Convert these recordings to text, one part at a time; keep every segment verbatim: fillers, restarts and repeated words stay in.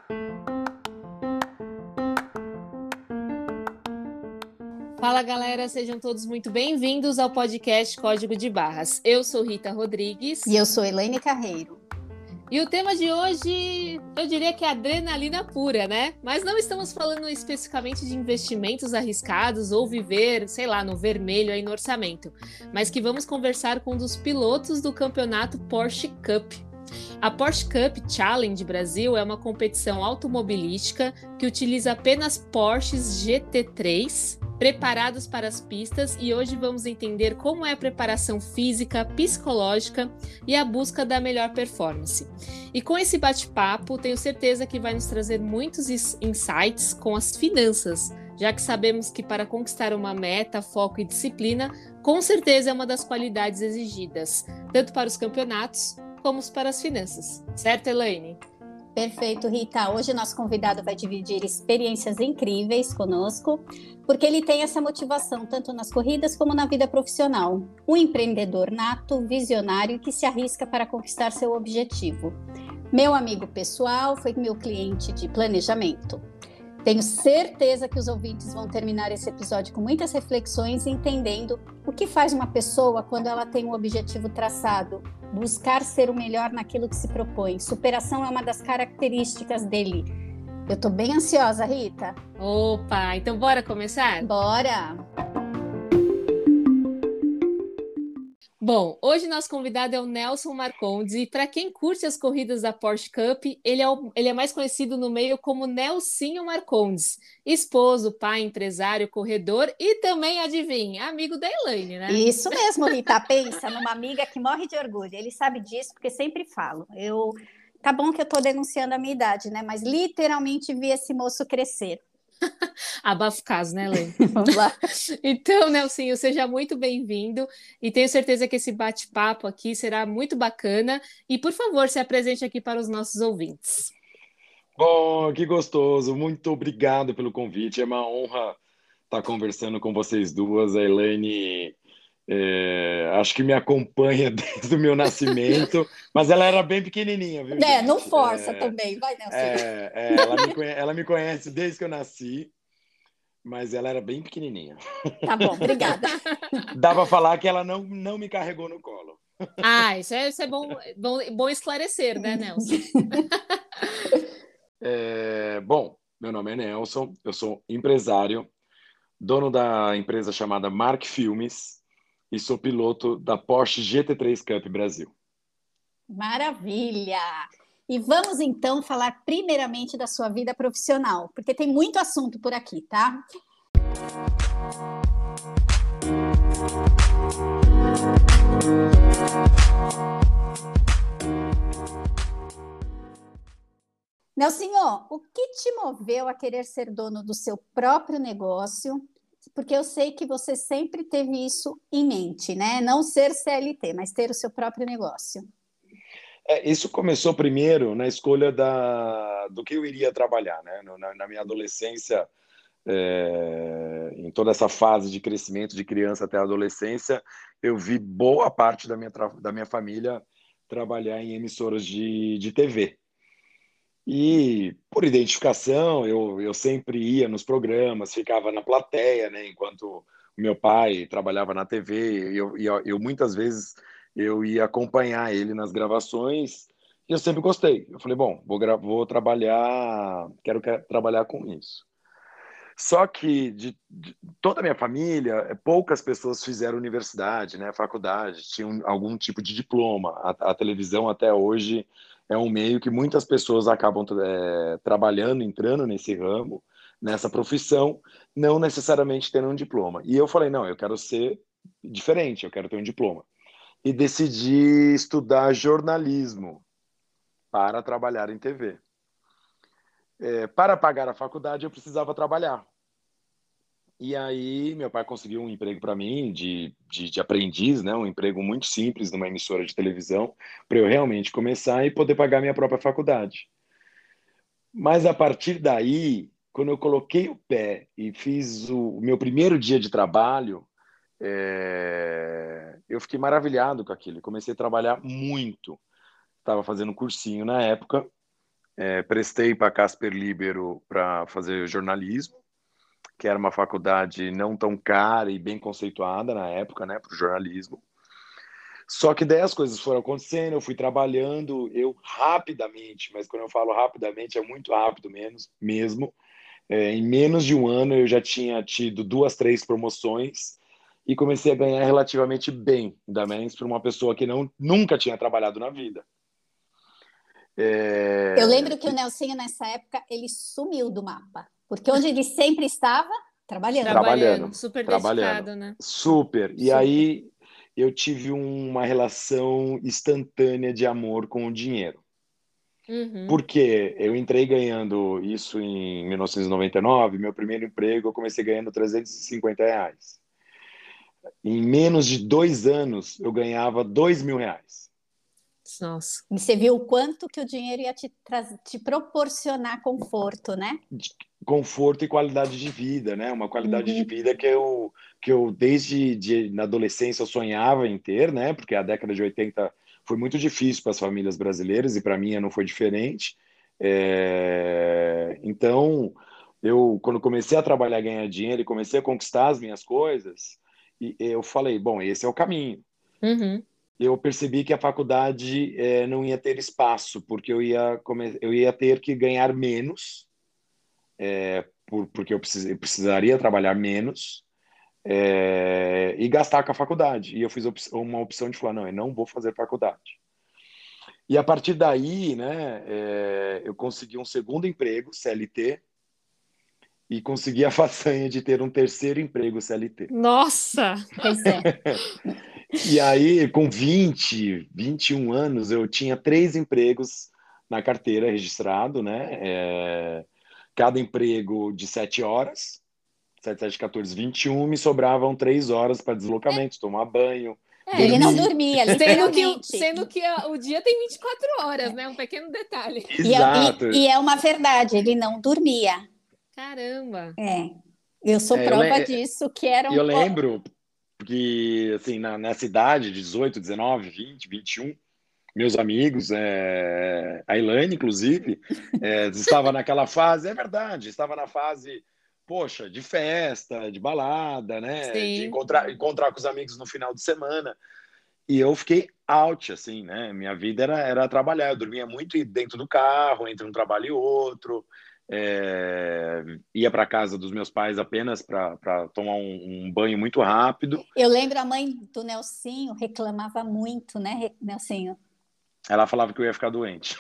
Fala galera, sejam todos muito bem-vindos ao podcast Código de Barras. Eu sou Rita Rodrigues. E eu sou Elaine Carreiro. E o tema de hoje, eu diria que é adrenalina pura, né? Mas não estamos falando especificamente de investimentos arriscados ou viver, sei lá, no vermelho aí no orçamento, mas que vamos conversar com um dos pilotos do campeonato Porsche Cup. A Porsche Cup Challenge Brasil é uma competição automobilística que utiliza apenas Porsches G T três preparados para as pistas, e hoje vamos entender como é a preparação física, psicológica e a busca da melhor performance. E com esse bate-papo, tenho certeza que vai nos trazer muitos insights com as finanças, já que sabemos que para conquistar uma meta, foco e disciplina, com certeza é uma das qualidades exigidas, tanto para os campeonatos como para as finanças. Certo, Elaine? Perfeito, Rita. Hoje o nosso convidado vai dividir experiências incríveis conosco, porque ele tem essa motivação tanto nas corridas como na vida profissional. Um empreendedor nato, visionário que se arrisca para conquistar seu objetivo. Meu amigo pessoal, foi meu cliente de planejamento. Tenho certeza que os ouvintes vão terminar esse episódio com muitas reflexões, entendendo o que faz uma pessoa quando ela tem um objetivo traçado, buscar ser o melhor naquilo que se propõe. Superação é uma das características dele. Eu tô bem ansiosa, Rita. Opa, então bora começar? Bora! Bom, hoje nosso convidado é o Nelson Marcondes, e para quem curte as corridas da Porsche Cup, ele é, o, ele é mais conhecido no meio como Nelsinho Marcondes, esposo, pai, empresário, corredor e também, adivinha, amigo da Elaine, né? Isso mesmo, Rita, pensa numa amiga que morre de orgulho, ele sabe disso porque sempre falo, eu, tá bom que eu tô denunciando a minha idade, né, mas literalmente vi esse moço crescer. Abafa o caso, né, Elaine? Vamos lá. Então, Nelsinho, seja muito bem-vindo e tenho certeza que esse bate-papo aqui será muito bacana. E, por favor, se apresente aqui para os nossos ouvintes. Bom, que gostoso. Muito obrigado pelo convite. É uma honra estar conversando com vocês duas. A Elaine, é, acho que me acompanha desde o meu nascimento, mas ela era bem pequenininha, viu, É, gente? não força é, também, vai, Nelson. É, é, ela, me conhece, ela me conhece desde que eu nasci, mas ela era bem pequenininha. Tá bom, obrigada. Dá para falar que ela não, não me carregou no colo. Ah, isso é, isso é bom, bom, bom esclarecer, né, Nelson? É, bom, meu nome é Nelson, eu sou empresário, dono da empresa chamada Mark Filmes e sou piloto da Porsche G T três Cup Brasil. Maravilha! E vamos então falar primeiramente da sua vida profissional, porque tem muito assunto por aqui, tá? Nelsinho, o que te moveu a querer ser dono do seu próprio negócio? Porque eu sei que você sempre teve isso em mente, né? Não ser C L T, mas ter o seu próprio negócio. É, isso começou primeiro na escolha da, do que eu iria trabalhar, né? Na, na minha adolescência, é, em toda essa fase de crescimento de criança até a adolescência, eu vi boa parte da minha, da minha família trabalhar em emissoras de, de T V. E, por identificação, eu, eu sempre ia nos programas, ficava na plateia, né? Enquanto o meu pai trabalhava na T V, eu, eu, eu muitas vezes eu ia acompanhar ele nas gravações e eu sempre gostei. Eu falei, bom, vou, vou trabalhar, quero, quero trabalhar com isso. Só que de, de toda a minha família, poucas pessoas fizeram universidade, né, faculdade, tinham algum tipo de diploma. A, a televisão até hoje é um meio que muitas pessoas acabam é, trabalhando, entrando nesse ramo, nessa profissão, não necessariamente tendo um diploma. E eu falei, não, eu quero ser diferente, eu quero ter um diploma. E decidi estudar jornalismo para trabalhar em T V. É, para pagar a faculdade, eu precisava trabalhar. E aí, meu pai conseguiu um emprego para mim de, de, de aprendiz, né? Um emprego muito simples numa emissora de televisão, para eu realmente começar e poder pagar minha própria faculdade. Mas a partir daí, quando eu coloquei o pé e fiz o, o meu primeiro dia de trabalho, é, eu fiquei maravilhado com aquilo. Comecei a trabalhar muito. Estava fazendo cursinho na época. É, prestei para a Casper Libero para fazer jornalismo, que era uma faculdade não tão cara e bem conceituada na época, né, para o jornalismo. Só que daí as coisas foram acontecendo, eu fui trabalhando, eu rapidamente, mas quando eu falo rapidamente é muito rápido menos, mesmo. É, em menos de um ano eu já tinha tido duas, três promoções e comecei a ganhar relativamente bem, ainda mais para uma pessoa que não, nunca tinha trabalhado na vida. É... Eu lembro que o Nelsinho, nessa época, ele sumiu do mapa. Porque onde ele sempre estava, trabalhando. Trabalhando, super trabalhando, dedicado, né? Super. E Super. aí eu tive uma relação instantânea de amor com o dinheiro. Uhum. Porque eu entrei ganhando isso em mil novecentos e noventa e nove, meu primeiro emprego eu comecei ganhando trezentos e cinquenta reais. Em menos de dois anos eu ganhava dois mil reais. Nossa. E você viu o quanto que o dinheiro ia te, te proporcionar conforto, né? De conforto e qualidade de vida, né? Uma qualidade Uhum. de vida que eu, que eu desde de, na adolescência eu sonhava em ter, né? Porque a década de oitenta foi muito difícil para as famílias brasileiras e para mim não foi diferente. É... Então, eu quando comecei a trabalhar, ganhar dinheiro e comecei a conquistar as minhas coisas, e eu falei, bom, esse é o caminho. Uhum. Eu percebi que a faculdade é, não ia ter espaço, porque eu ia, come... eu ia ter que ganhar menos, é, por, porque eu, precis... eu precisaria trabalhar menos é, e gastar com a faculdade. E eu fiz op... uma opção de falar, não, eu não vou fazer faculdade. E a partir daí, né, é, eu consegui um segundo emprego, C L T, e consegui a façanha de ter um terceiro emprego C L T. Nossa! Pois é. E aí, com vinte, vinte e um anos, eu tinha três empregos na carteira registrado, né? É, cada emprego de sete horas, sete, sete, quatorze, vinte e um, me sobravam três horas para deslocamento, tomar banho, É, Ele não dormir. dormia, Sendo que, o, literalmente. sendo que a- o dia tem vinte e quatro horas, né? Um pequeno detalhe. E é, Exato. e, e é uma verdade, ele não dormia. Caramba! É. Eu sou É, eu, prova le- disso, que era eu um. lembro que, assim, na, nessa idade, dezoito, dezenove, vinte, vinte e um, meus amigos, é, a Elaine, inclusive, é, estava naquela fase, é verdade, estava na fase, poxa, de festa, de balada, né, de Sim. encontrar, encontrar com os amigos no final de semana. E eu fiquei out, assim, né? Minha vida era, era trabalhar. Eu dormia muito dentro do carro, entre um trabalho e outro. É, ia para casa dos meus pais apenas para tomar um, um banho muito rápido. Eu lembro a mãe do Nelsinho reclamava muito, né, Nelsinho? Ela falava que eu ia ficar doente.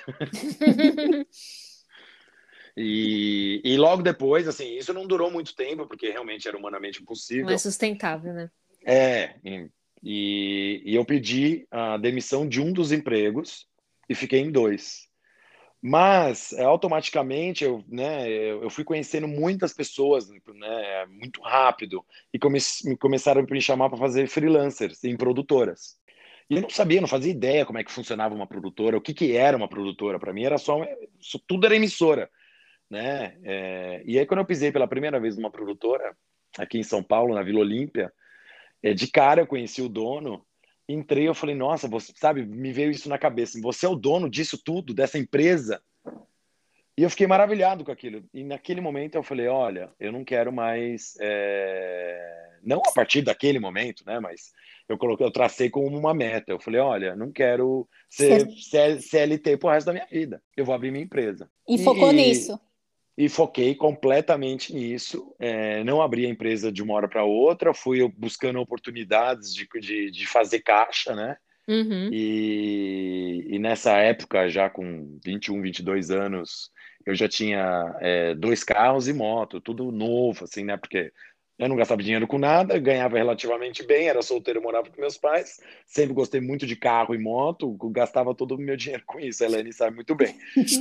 E, e logo depois, assim, isso não durou muito tempo, porque realmente era humanamente Não é impossível. sustentável, né? É, e, e eu pedi a demissão de um dos empregos e fiquei em dois. Mas é, automaticamente eu, né, eu fui conhecendo muitas pessoas, né, muito rápido e come, começaram a me chamar para fazer freelancers em produtoras. E eu não sabia, não fazia ideia como é que funcionava uma produtora, o que, que era uma produtora. Para mim era só, isso tudo era emissora, né? É, e aí quando eu pisei pela primeira vez numa produtora aqui em São Paulo, na Vila Olímpia, é, de cara eu conheci o dono. Entrei, eu falei, nossa, você sabe, me veio isso na cabeça. Você é o dono disso tudo, dessa empresa? E eu fiquei maravilhado com aquilo. E naquele momento eu falei, olha, eu não quero mais, é... não a partir daquele momento, né? Mas eu coloquei, eu tracei como uma meta. Eu falei, olha, não quero ser C L T pro resto da minha vida. Eu vou abrir minha empresa. E focou nisso. E foquei completamente nisso. É, não abri a empresa de uma hora para outra, fui buscando oportunidades de, de, de fazer caixa, né? Uhum. E, e nessa época, já com vinte e um, vinte e dois anos, eu já tinha é, dois carros e moto, tudo novo, assim, né? Porque eu não gastava dinheiro com nada, ganhava relativamente bem, era solteiro, morava com meus pais, sempre gostei muito de carro e moto, gastava todo o meu dinheiro com isso, a Helene sabe muito bem.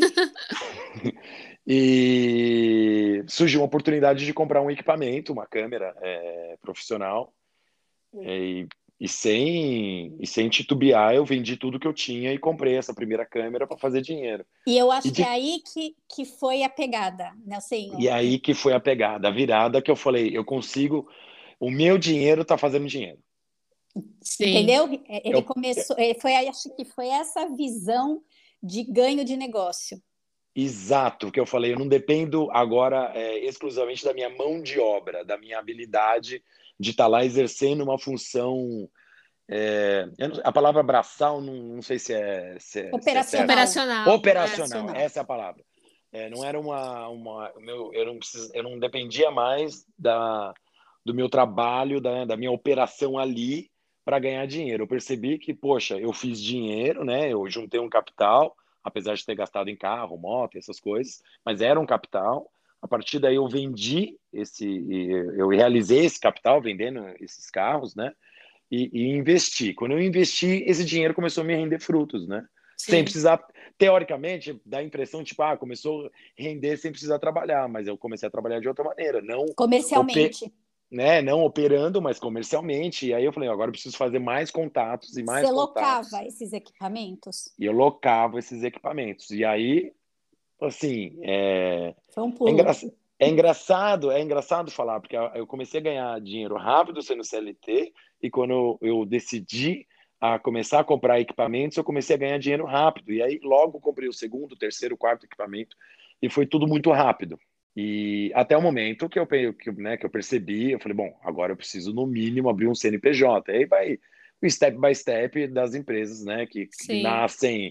E surgiu uma oportunidade de comprar um equipamento, uma câmera é, profissional, e, e, sem, e sem titubear, eu vendi tudo que eu tinha e comprei essa primeira câmera para fazer dinheiro. E eu acho E, de... que é aí que, que foi a pegada, Nelsinho. E aí que foi a pegada, a virada que eu falei, eu consigo, o meu dinheiro está fazendo dinheiro. Sim. Entendeu? Ele eu, começou, foi, acho que foi essa visão de ganho de negócio. Exato, o que eu falei, eu não dependo agora é, exclusivamente da minha mão de obra, da minha habilidade de estar lá exercendo uma função. É, eu não- a palavra braçal, não, não sei se é, se é, se é certo. Operacional. Operacional. Operacional, Operacional. essa é a palavra. É, não era uma, uma o meu, eu não precis, eu não dependia mais da, do meu trabalho, da, da minha operação ali para ganhar dinheiro. Eu percebi que, poxa, eu fiz dinheiro, né? Eu juntei um capital, apesar de ter gastado em carro, moto, essas coisas, mas era um capital. A partir daí eu vendi esse, eu realizei esse capital vendendo esses carros, né? E, e investi. Quando eu investi, esse dinheiro começou a me render frutos, né? Sem Sim. precisar, teoricamente, dá a impressão, tipo, ah, começou a render sem precisar trabalhar, mas eu comecei a trabalhar de outra maneira, não, ope, Comercialmente. né, não operando, mas comercialmente. E aí eu falei, agora eu preciso fazer mais contatos e mais Você contatos. locava esses equipamentos? E eu locava esses equipamentos. E aí, assim, é, Foi um é, engra... pulo. é engraçado, é engraçado falar, porque eu comecei a ganhar dinheiro rápido sendo C L T, e quando eu decidi a começar a comprar equipamentos, eu comecei a ganhar dinheiro rápido. E aí logo comprei o segundo, terceiro, quarto equipamento, e foi tudo muito rápido. E até o momento que eu, que, né, que eu percebi, eu falei, bom, agora eu preciso no mínimo abrir um C N P J. E aí vai o step by step das empresas, né, que, que Sim. nascem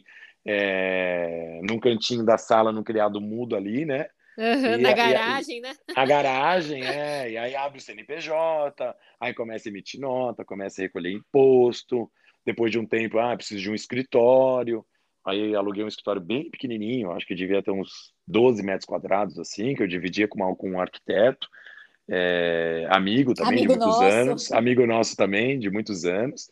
é, num cantinho da sala, num criado mudo ali, né? Uhum, E, na e, e garagem, né? a garagem, é, e aí abre o C N P J, aí começa a emitir nota, começa a recolher imposto, depois de um tempo, ah, preciso de um escritório, aí aluguei um escritório bem pequenininho, acho que devia ter uns doze metros quadrados, assim, que eu dividia com, uma, com um arquiteto, é, amigo também de Amigo muitos nosso. anos, amigo nosso também de muitos anos,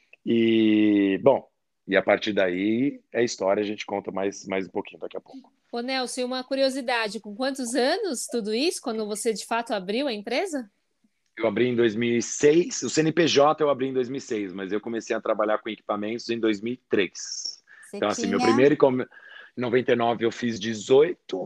e, bom, e a partir daí é história, a gente conta mais, mais um pouquinho daqui a pouco. Ô, Nelson, e uma curiosidade, com quantos anos tudo isso, quando você de fato abriu a empresa? Eu abri em dois mil e seis, o C N P J eu abri em dois mil e seis, mas eu comecei a trabalhar com equipamentos em dois mil e três. Você Então, assim, meu tinha. primeiro, em noventa e nove eu fiz dezoito,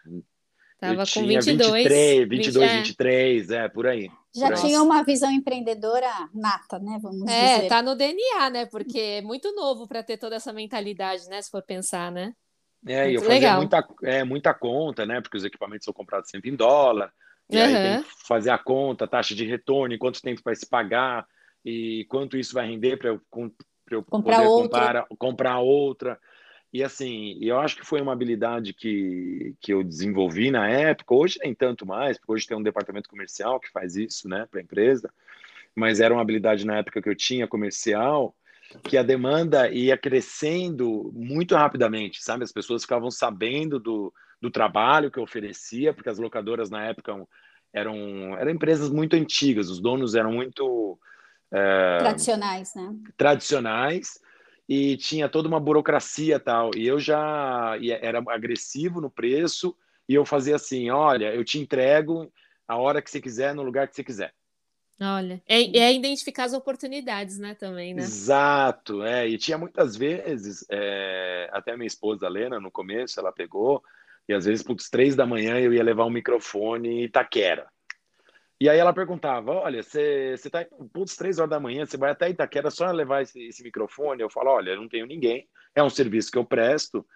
eu Tava com tinha vinte e dois, vinte e três, vinte, vinte e dois, é. vinte e três, é, por aí. Já Por aí. tinha Nossa. uma visão empreendedora nata, né? Vamos É, dizer. tá no D N A, né? Porque é muito novo para ter toda essa mentalidade, né? Se for pensar, né? É, e eu Muito fazia legal. muita, é, muita conta, né? Porque os equipamentos são comprados sempre em dólar, e aí tem que Aham. fazer a conta, taxa de retorno, em quanto tempo vai se pagar, e quanto isso vai render para eu, pra eu Comprar poder outra. comprar, comprar outra. E assim, eu acho que foi uma habilidade que, que eu desenvolvi na época. Hoje nem tanto mais, porque hoje tem um departamento comercial que faz isso, né, para a empresa. Mas era uma habilidade na época que eu tinha comercial, que a demanda ia crescendo muito rapidamente, sabe? As pessoas ficavam sabendo do, do trabalho que eu oferecia, porque as locadoras na época eram, eram empresas muito antigas, os donos eram muito é, Tradicionais, né? tradicionais e tinha toda uma burocracia tal. E eu já era agressivo no preço e eu fazia assim, olha, eu te entrego a hora que você quiser, no lugar que você quiser. Olha, é, é identificar as oportunidades, né? Também, né? Exato, é, e tinha muitas vezes, é, até a minha esposa Lena, no começo, ela pegou, e às vezes, putz, três da manhã eu ia levar um microfone em Itaquera. E aí ela perguntava, olha, você está, putz, três horas da manhã, você vai até Itaquera só levar esse, esse microfone? Eu falo, olha, eu não tenho ninguém, é um serviço que eu presto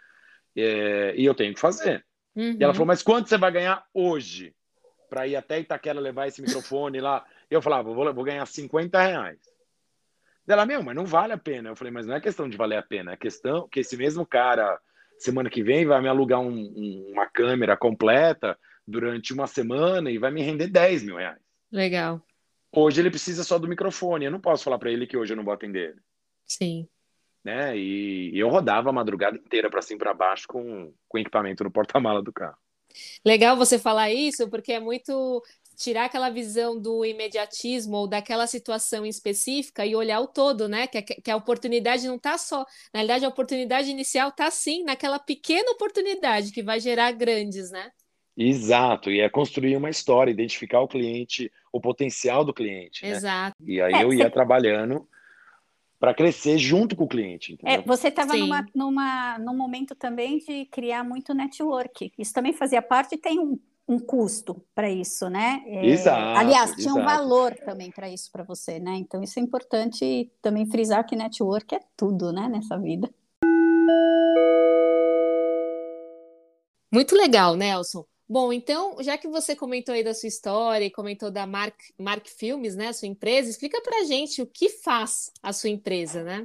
é, e eu tenho que fazer. E ela falou, Uhum. mas quanto você vai ganhar hoje para ir até Itaquera levar esse microfone lá? Eu falava, vou, vou ganhar cinquenta reais. Ela, meu, mas não vale a pena. Eu falei, mas não é questão de valer a pena, é questão que esse mesmo cara, semana que vem, vai me alugar um, um, uma câmera completa durante uma semana e vai me render dez mil reais. Legal. Hoje ele precisa só do microfone. Eu não posso falar para ele que hoje eu não vou atender ele. Sim. Né? E, e eu rodava a madrugada inteira para cima e para baixo com, com equipamento no porta-mala do carro. Legal você falar isso, porque é muito tirar aquela visão do imediatismo ou daquela situação específica e olhar o todo, né? Que, que a oportunidade não está só. Na realidade, a oportunidade inicial está sim naquela pequena oportunidade que vai gerar grandes, né? Exato, e é construir uma história, identificar o cliente, o potencial do cliente, né? Exato. E aí É, eu ia você, trabalhando para crescer junto com o cliente, é, entendeu? você estava numa, Sim. numa, num momento também de criar muito network. Isso também fazia parte e tem um, um custo para isso, né? É, Exato, aliás, tinha um exato. valor também para isso para você, né? Então, isso é importante também frisar que network é tudo, né, nessa vida. Muito legal, Nelson. Bom, então, já que você comentou aí da sua história e comentou da Mark, Mark Filmes, né, a sua empresa, explica pra gente o que faz a sua empresa, né?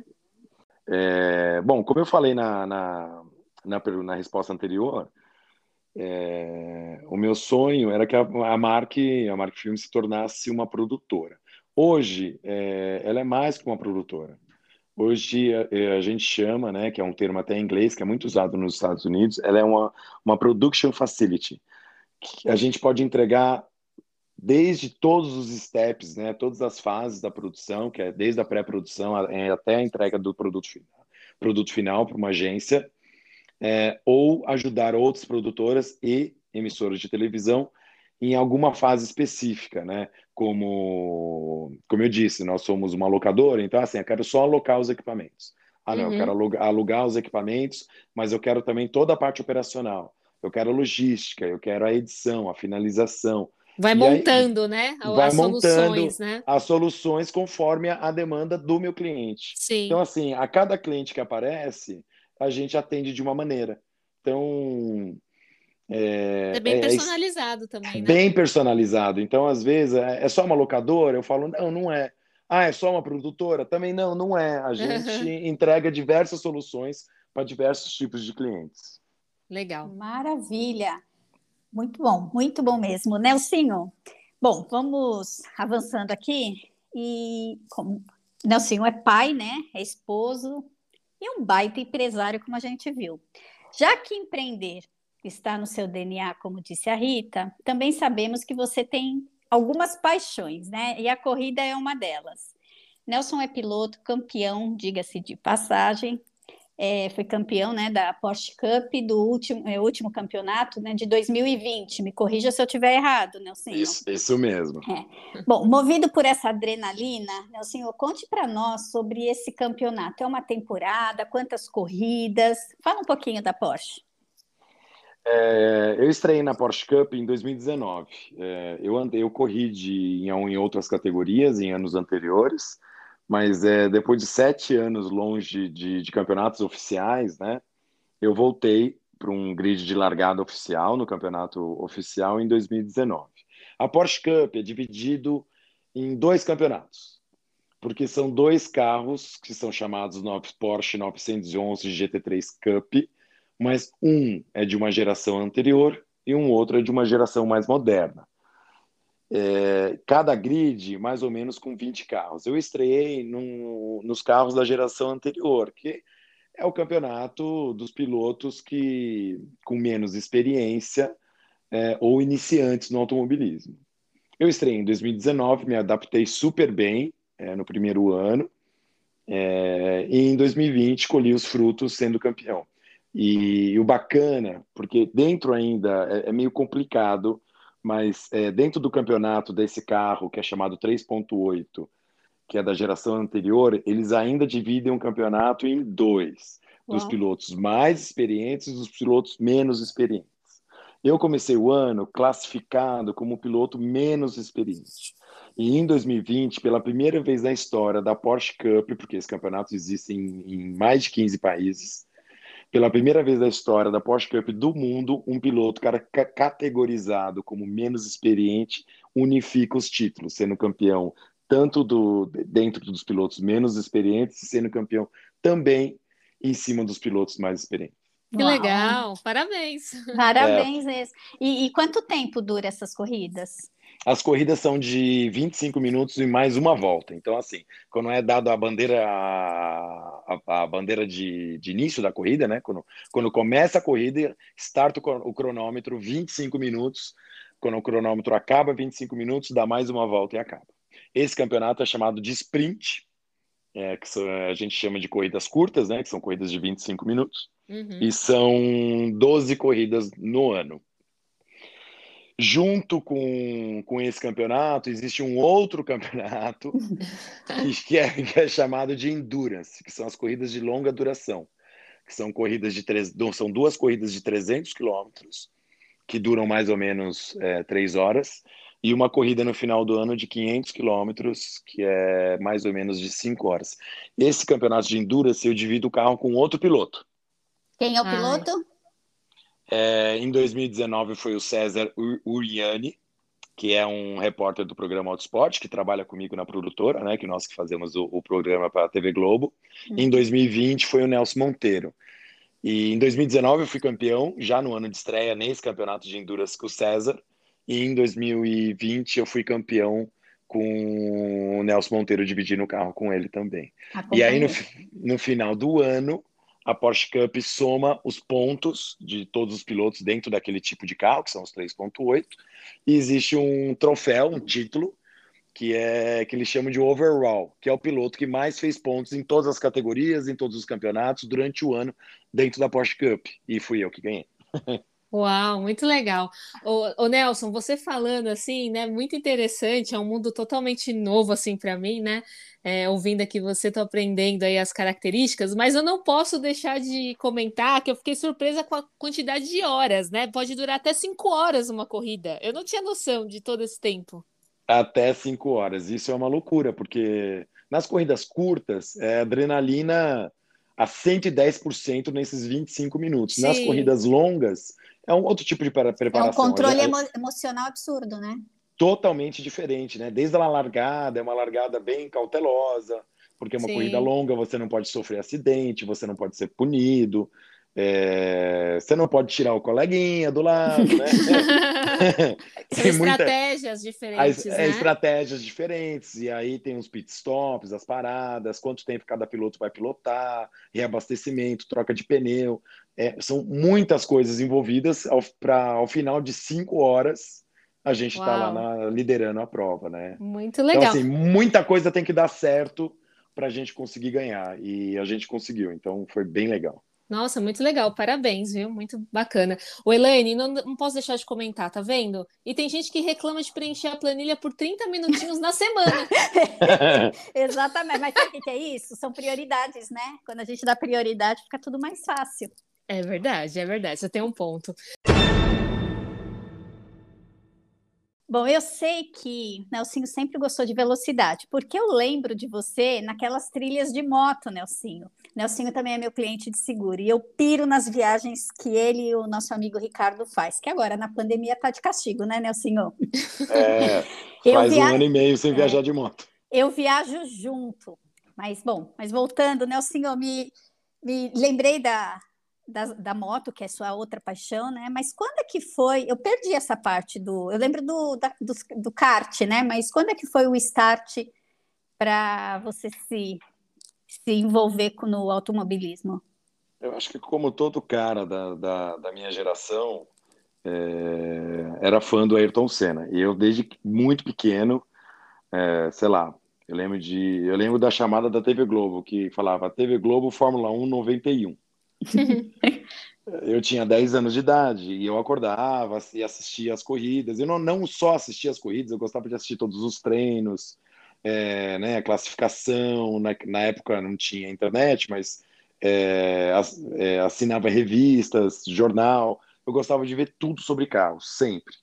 É, bom, como eu falei na, na, na, per- na resposta anterior, é, o meu sonho era que a, a Mark, a Mark Filmes se tornasse uma produtora. Hoje, é, ela é mais que uma produtora. Hoje a, a gente chama, né, que é um termo até em inglês, que é muito usado nos Estados Unidos, ela é uma, uma production facility, que a gente pode entregar desde todos os steps, né, todas as fases da produção, que é desde a pré-produção até a entrega do produto final, produto final para uma agência, é, ou ajudar outras produtoras e emissoras de televisão em alguma fase específica, né? Como, como eu disse, nós somos uma locadora, então assim, eu quero só alocar os equipamentos. Ah, não, eu quero Uhum. alugar, alugar os equipamentos, mas eu quero também toda a parte operacional. Eu quero a logística, eu quero a edição, a finalização. Vai E aí montando, né, vai as soluções, montando né? as soluções conforme a demanda do meu cliente. Então, Sim, assim, a cada cliente que aparece, a gente atende de uma maneira. Então, é é, bem é, é personalizado também, né? bem personalizado. Então, às vezes, é, é só uma locadora? Eu falo, não, não é. Ah, é só uma produtora? Também não, não é. A gente entrega diversas soluções para diversos tipos de clientes. Legal. Maravilha! Muito bom, muito bom mesmo. Nelsinho, bom, vamos avançando aqui. E como Nelsinho é pai, né? É esposo e um baita empresário, como a gente viu. Já que empreender está no seu D N A, como disse a Rita, também sabemos que você tem algumas paixões, né? E a corrida é uma delas. Nelson é piloto, campeão, diga-se de passagem, é, foi campeão, né, da Porsche Cup do último, é, último campeonato, né, de dois mil e vinte. Me corrija se eu estiver errado, Nelsinho. Isso, isso mesmo. É. Bom, movido por essa adrenalina, Nelsinho, conte para nós sobre esse campeonato. É uma temporada? Quantas corridas? Fala um pouquinho da Porsche. É, eu estreiei na Porsche Cup em dois mil e dezenove. É, eu andei, eu corri de, em, em outras categorias em anos anteriores, mas é, depois de sete anos longe de, de campeonatos oficiais, né, eu voltei para um grid de largada oficial no campeonato oficial em dois mil e dezenove. A Porsche Cup é dividido em dois campeonatos, porque são dois carros que são chamados Porsche novecentos e onze G T três Cup, mas um é de uma geração anterior e um outro é de uma geração mais moderna. É, cada grid, mais ou menos, com vinte carros. Eu estreiei no, nos carros da geração anterior, que é o campeonato dos pilotos que com menos experiência é, ou iniciantes no automobilismo. Eu estreiei em dois mil e dezenove, me adaptei super bem é, no primeiro ano, é, e em dois mil e vinte colhi os frutos sendo campeão. E o bacana, porque dentro ainda é, é meio complicado, mas é, dentro do campeonato desse carro, que é chamado três ponto oito, que é da geração anterior, eles ainda dividem o campeonato em dois, dos Uau. pilotos mais experientes e dos pilotos menos experientes. Eu comecei o ano classificado como piloto menos experiente. E em dois mil e vinte, pela primeira vez na história da Porsche Cup, porque esse campeonato existe em, em mais de quinze países, pela primeira vez na história da Porsche Cup do mundo, um piloto cara, categorizado como menos experiente unifica os títulos, sendo campeão tanto do, dentro dos pilotos menos experientes, sendo campeão também em cima dos pilotos mais experientes. Que Uau. legal, parabéns. É, Parabéns mesmo. E, e quanto tempo dura essas corridas? as corridas são de vinte e cinco minutos e mais uma volta. Então, assim, quando é dado a bandeira, a, a bandeira de, de início da corrida, né? Quando, quando começa a corrida, starta o cronômetro vinte e cinco minutos. Quando o cronômetro acaba, vinte e cinco minutos, dá mais uma volta e acaba. Esse campeonato é chamado de sprint, é, que a gente chama de corridas curtas, né? Que são corridas de vinte e cinco minutos. E Uhum. são doze corridas no ano. Junto com, com esse campeonato, existe um outro campeonato que, que, é, que é chamado de Endurance, que são as corridas de longa duração, que são corridas de três, são duas corridas de trezentos quilômetros, que duram mais ou menos é, três horas, e uma corrida no final do ano de quinhentos quilômetros, que é mais ou menos de cinco horas. Esse campeonato de Endurance, eu divido o carro com outro piloto. Quem é o Ai, piloto? É, em dois mil e dezenove foi o César Ur- Uriani, que é um repórter do programa Autosport, que trabalha comigo na produtora, né, que nós que fazemos o, o programa para a T V Globo. Em Uhum. dois mil e vinte foi o Nelson Monteiro. E em dois mil e dezenove eu fui campeão, já no ano de estreia, nesse campeonato de Endurance com o César. E em dois mil e vinte eu fui campeão com o Nelson Monteiro, dividindo o carro com ele também. E aí no, Acompanhei. fi- no final do ano, a Porsche Cup soma os pontos de todos os pilotos dentro daquele tipo de carro, que são os três ponto oito, e existe um troféu, um título, que é que eles chamam de overall, que é o piloto que mais fez pontos em todas as categorias, em todos os campeonatos durante o ano dentro da Porsche Cup. E fui eu que ganhei. Uau, muito legal. Ô, ô, Nelson, você falando assim, né? Muito interessante, é um mundo totalmente novo assim para mim, né? É, ouvindo aqui você, tô aprendendo aí as características, mas eu não posso deixar de comentar que eu fiquei surpresa com a quantidade de horas, né? Pode durar até cinco horas uma corrida. Eu não tinha noção de todo esse tempo. Até cinco horas. Isso é uma loucura, porque nas corridas curtas, é adrenalina a cento e dez por cento nesses vinte e cinco minutos. Nas Sim, corridas longas, é um outro tipo de pre- É um preparação. A controle gente, emo- emocional absurdo, né? totalmente diferente, né? Desde a largada, é uma largada bem cautelosa, porque é uma corrida sim. longa, você não pode sofrer acidente, você não pode ser punido, é, você não pode tirar o coleguinha do lado, né? São Tem muita estratégias as, diferentes, é, né? estratégias diferentes, e aí tem os pit stops, as paradas, quanto tempo cada piloto vai pilotar, reabastecimento, troca de pneu. É, são muitas coisas envolvidas para ao final de cinco horas a gente está lá Uau, na- liderando a prova, né? muito Então, legal. assim, muita coisa tem que dar certo para a gente conseguir ganhar, e a gente conseguiu, então foi bem legal. Nossa, muito legal, parabéns, viu? Muito bacana. O Elaine, não, não posso deixar de comentar, tá vendo? E tem gente que reclama de preencher a planilha por trinta minutinhos na semana. Exatamente. Mas sabe o que que é isso? São prioridades, né? Quando a gente dá prioridade, fica tudo mais fácil. É verdade, é verdade, você tem um ponto. Bom, eu sei que Nelsinho sempre gostou de velocidade, porque eu lembro de você naquelas trilhas de moto, Nelsinho. Nelsinho também é meu cliente de seguro e eu piro nas viagens que ele e o nosso amigo Ricardo faz, que agora na pandemia tá de castigo, né, Nelsinho? É, Eu, faz um via... ano e meio sem é, viajar de moto. eu viajo junto, mas bom, mas voltando, Nelsinho, me, me lembrei da, da, da moto, que é sua outra paixão, né? Mas quando é que foi? Eu perdi essa parte do. Eu lembro do, da- do, do kart, né? Mas quando é que foi o start para você se, se envolver com, no automobilismo? Eu acho que como todo cara da, da, da minha geração, é, era fã do Ayrton Senna. E eu, desde muito pequeno, é, sei lá, eu lembro de, eu lembro da chamada da T V Globo, que falava T V Globo Fórmula um noventa e um. Eu tinha dez anos de idade e eu acordava e assistia as corridas. Eu não, não só assistia as corridas, eu gostava de assistir todos os treinos, é, né, classificação. Na, na época não tinha internet, mas é, ass- é, assinava revistas, jornal. Eu gostava de ver tudo sobre carros, sempre.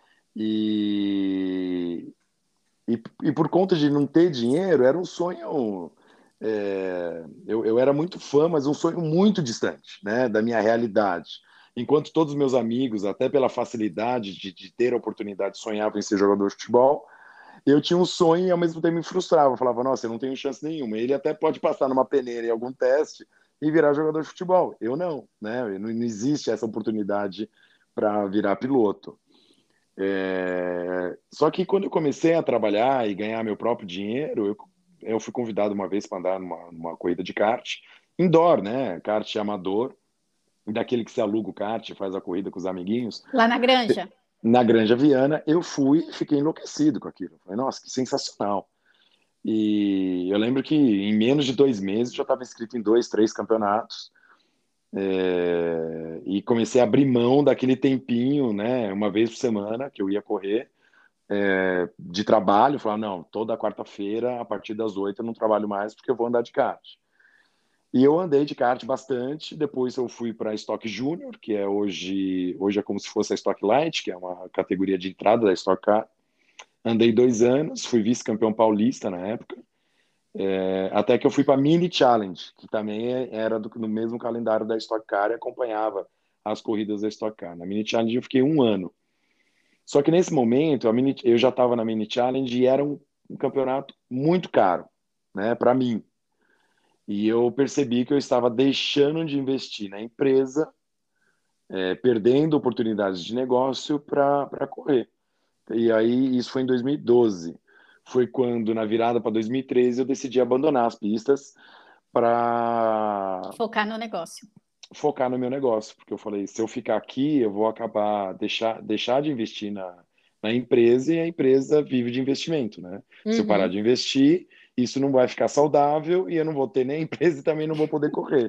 E, e, e por conta de não ter dinheiro, era um sonho. é, eu, eu era muito fã, mas um sonho muito distante, né, da minha realidade. Enquanto todos os meus amigos, até pela facilidade de, de ter a oportunidade, sonhavam em ser jogador de futebol, eu tinha um sonho e ao mesmo tempo me frustrava. Eu falava, nossa, eu não tenho chance nenhuma. Ele até pode passar numa peneira em algum teste e virar jogador de futebol. Eu não, né? Não, não existe essa oportunidade para virar piloto. É, Só que quando eu comecei a trabalhar e ganhar meu próprio dinheiro, eu, eu fui convidado uma vez para andar numa, numa corrida de kart, indoor, né? Kart amador, daquele que se aluga o kart, faz a corrida com os amiguinhos, Lá na Granja? na Granja Viana. Eu fui e fiquei enlouquecido com aquilo. Falei, nossa, que sensacional. E eu lembro que em menos de dois meses eu já estava inscrito em dois, três campeonatos. É, e comecei a abrir mão daquele tempinho, né, uma vez por semana que eu ia correr, é, de trabalho. Falar, não, toda quarta-feira, a partir das oito, eu não trabalho mais porque eu vou andar de kart. E eu andei de kart bastante. Depois eu fui para a Stock Junior, que é hoje, hoje é como se fosse a Stock Light, que é uma categoria de entrada da Stock Car. Andei dois anos, fui vice-campeão paulista na época. É, até que eu fui para a Mini Challenge, que também é- era do, no mesmo calendário da Stock Car e acompanhava as corridas da Stock Car. Na Mini Challenge eu fiquei um ano. Só que nesse momento, a Mini, eu já estava na Mini Challenge e era um, um campeonato muito caro, né, para mim. E eu percebi que eu estava deixando de investir na empresa, é, perdendo oportunidades de negócio para correr. E aí, isso foi em dois mil e doze. Foi quando, na virada para dois mil e treze, eu decidi abandonar as pistas para Focar no negócio. focar no meu negócio. Porque eu falei, se eu ficar aqui, eu vou acabar deixar, deixar de investir na, na empresa e a empresa vive de investimento, né? Se eu parar Uhum. de investir, isso não vai ficar saudável e eu não vou ter nem empresa e também não vou poder correr.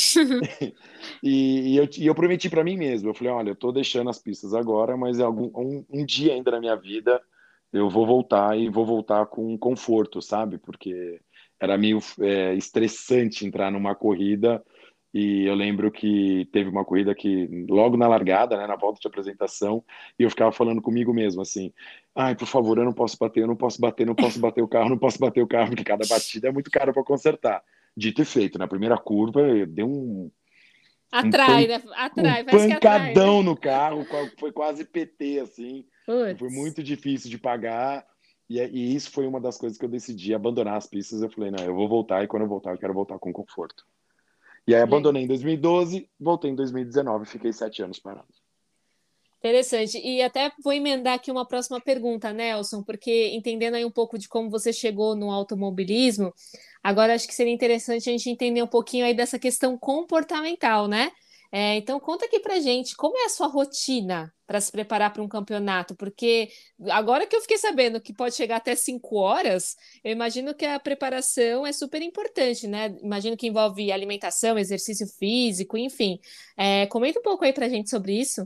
E, e, eu, e eu prometi para mim mesmo, eu falei, olha, eu estou deixando as pistas agora, mas algum, um, um dia ainda na minha vida eu vou voltar e vou voltar com conforto, sabe? Porque era meio é, estressante entrar numa corrida e eu lembro que teve uma corrida que logo na largada, né, na volta de apresentação, e eu ficava falando comigo mesmo assim, ai, por favor, eu não posso bater, eu não posso bater, não posso bater o carro, não posso bater o carro, porque cada batida é muito cara para consertar. Dito e feito, na primeira curva eu dei um um, Atrai, pan, né? um Atrai, parece que atrai, né? pancadão no carro, foi quase P T, assim, e foi Putz. muito difícil de pagar, e, e isso foi uma das coisas que eu decidi abandonar as pistas. Eu falei, não, eu vou voltar, e quando eu voltar, eu quero voltar com conforto. E aí abandonei em dois mil e doze, voltei em dois mil e dezenove, fiquei sete anos parado. Interessante. E até vou emendar aqui uma próxima pergunta, Nelson, porque entendendo aí um pouco de como você chegou no automobilismo, agora acho que seria interessante a gente entender um pouquinho aí dessa questão comportamental, né? É, então conta aqui pra gente, como é a sua rotina para se preparar para um campeonato? Porque agora que eu fiquei sabendo que pode chegar até cinco horas, eu imagino que a preparação é super importante, né? Imagino que envolve alimentação, exercício físico, enfim. É, comenta um pouco aí pra gente sobre isso.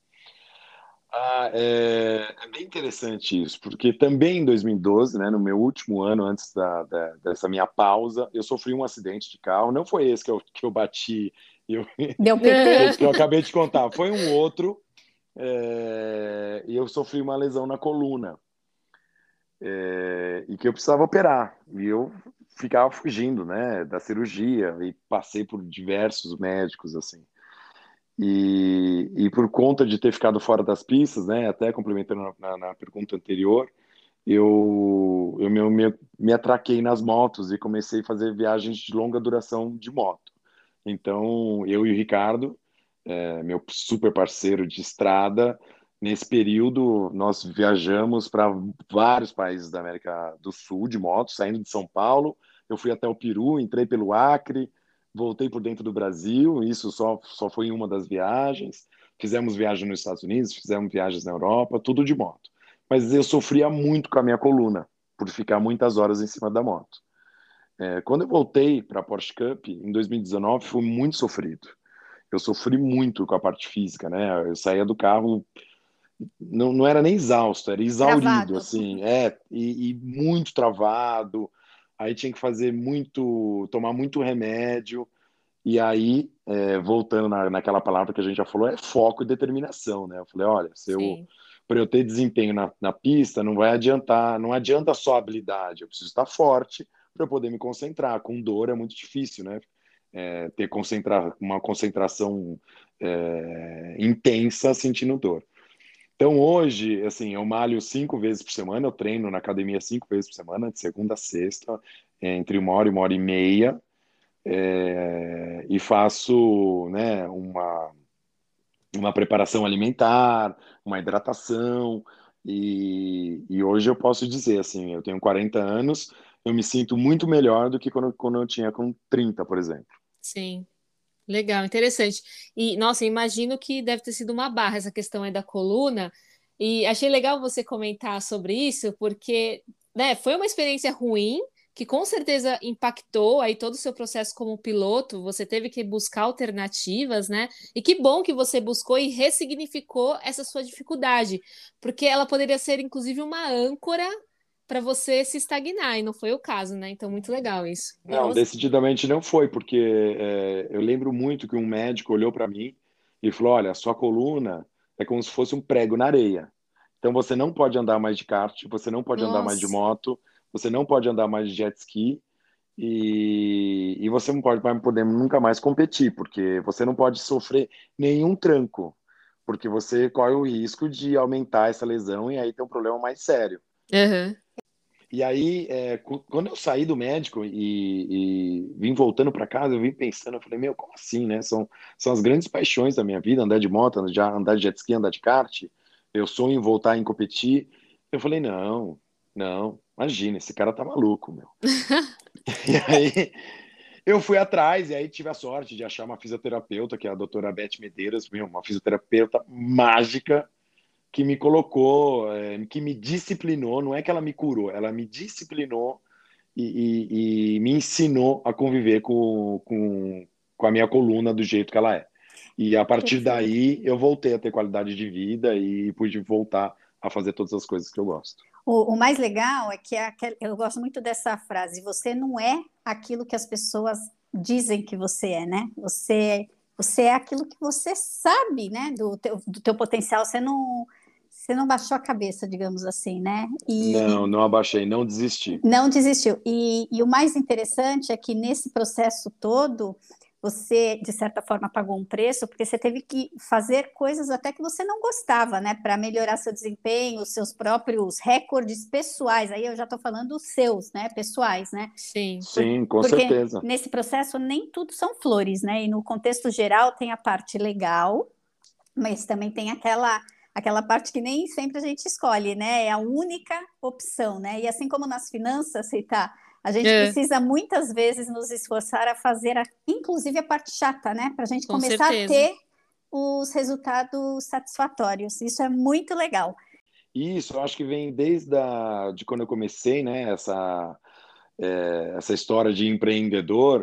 Ah, é, é bem interessante isso, porque também em dois mil e doze, né, no meu último ano antes da, da- dessa minha pausa, eu sofri um acidente de carro. Não foi esse que eu, que eu bati, e eu, Deu que eu, P T? que eu acabei de contar, foi um outro, é, e eu sofri uma lesão na coluna, é, e que eu precisava operar. E eu ficava fugindo, né, da cirurgia, e passei por diversos médicos, assim. E, e por conta de ter ficado fora das pistas, né, até complementando na, na- na pergunta anterior, eu, eu me, me, me atraquei nas motos e comecei a fazer viagens de longa duração de moto. Então, eu e o Ricardo, é, meu super parceiro de estrada, nesse período nós viajamos para vários países da América do Sul de moto, saindo de São Paulo. Eu fui até o Peru, entrei pelo Acre, voltei por dentro do Brasil. Isso só, só foi em uma das viagens. Fizemos viagem nos Estados Unidos, fizemos viagens na Europa, tudo de moto. Mas eu sofria muito com a minha coluna, por ficar muitas horas em cima da moto. É, quando eu voltei para a Porsche Cup, em dois mil e dezenove, foi muito sofrido. Eu sofri muito com a parte física, né? Eu saía do carro, não, não era nem exausto, era exaurido, Travado. assim, é, e, e muito travado. Aí tinha que fazer muito, tomar muito remédio. E aí, é, voltando na, naquela palavra que a gente já falou, é foco e determinação, né? Eu falei, olha, se eu, Sim. para eu ter desempenho na, na pista, não vai adiantar, não adianta só habilidade, eu preciso estar forte para eu poder me concentrar. Com dor é muito difícil, né? É, ter concentra, uma concentração é, intensa sentindo dor. Então hoje, assim, eu malho cinco vezes por semana, eu treino na academia cinco vezes por semana, de segunda a sexta, entre uma hora e uma hora e meia, é, e faço, né, uma, uma preparação alimentar, uma hidratação, e, e hoje eu posso dizer, assim, eu tenho quarenta anos, eu me sinto muito melhor do que quando, quando eu tinha com trinta, por exemplo. Sim. Legal, interessante. E, nossa, imagino que deve ter sido uma barra essa questão aí da coluna. E achei legal você comentar sobre isso, porque, né, foi uma experiência ruim, que com certeza impactou aí todo o seu processo como piloto. Você teve que buscar alternativas, né? E que bom que você buscou e ressignificou essa sua dificuldade, porque ela poderia ser, inclusive, uma âncora para você se estagnar, e não foi o caso, né? Então, muito legal isso. Não, decididamente não foi, porque é, eu lembro muito que um médico olhou para mim e falou: olha, a sua coluna é como se fosse um prego na areia. Então você não pode andar mais de kart, você não pode andar mais de Nossa. moto, você não pode andar mais de jet ski e, e você não pode mais poder nunca mais competir, porque você não pode sofrer nenhum tranco, porque você corre o risco de aumentar essa lesão e aí ter um problema mais sério. Uhum. E aí, é, quando eu saí do médico e, e vim voltando para casa, eu vim pensando, eu falei, meu, como assim, né? São, são as grandes paixões da minha vida, andar de moto, andar, andar de jet ski, andar de kart. Eu sonho em voltar em competir. Eu falei, não, não, imagina, esse cara tá maluco, meu. E aí, eu fui atrás, e aí tive a sorte de achar uma fisioterapeuta, que é a doutora Beth Medeiros, meu, uma fisioterapeuta mágica, que me colocou, é, que me disciplinou, não é que ela me curou, ela me disciplinou e, e, e me ensinou a conviver com, com, com a minha coluna do jeito que ela é. E a partir Perfeito. daí eu voltei a ter qualidade de vida e pude voltar a fazer todas as coisas que eu gosto. O, o mais legal é que é aquel- eu gosto muito dessa frase: você não é aquilo que as pessoas dizem que você é, né? Você, você é aquilo que você sabe, né? Do teu, do teu potencial. Você não, você não baixou a cabeça, digamos assim, né? E Não, não abaixei, não desisti. não desistiu. E, e o mais interessante é que nesse processo todo, você, de certa forma, pagou um preço, porque você teve que fazer coisas até que você não gostava, né? Para melhorar seu desempenho, seus próprios recordes pessoais. Aí eu já estou falando os seus, né? Pessoais, né? Sim. Por- Sim, com porque certeza. nesse processo nem tudo são flores, né? E no contexto geral tem a parte legal, mas também tem aquela aquela parte que nem sempre a gente escolhe, né? É a única opção, né? E assim como nas finanças, Rita, a gente É, precisa muitas vezes nos esforçar a fazer, a, inclusive a parte chata, né? Para a gente com começar a certeza. ter os resultados satisfatórios. Isso é muito legal. Isso, eu acho que vem desde a, de quando eu comecei, né, essa, é, essa história de empreendedor,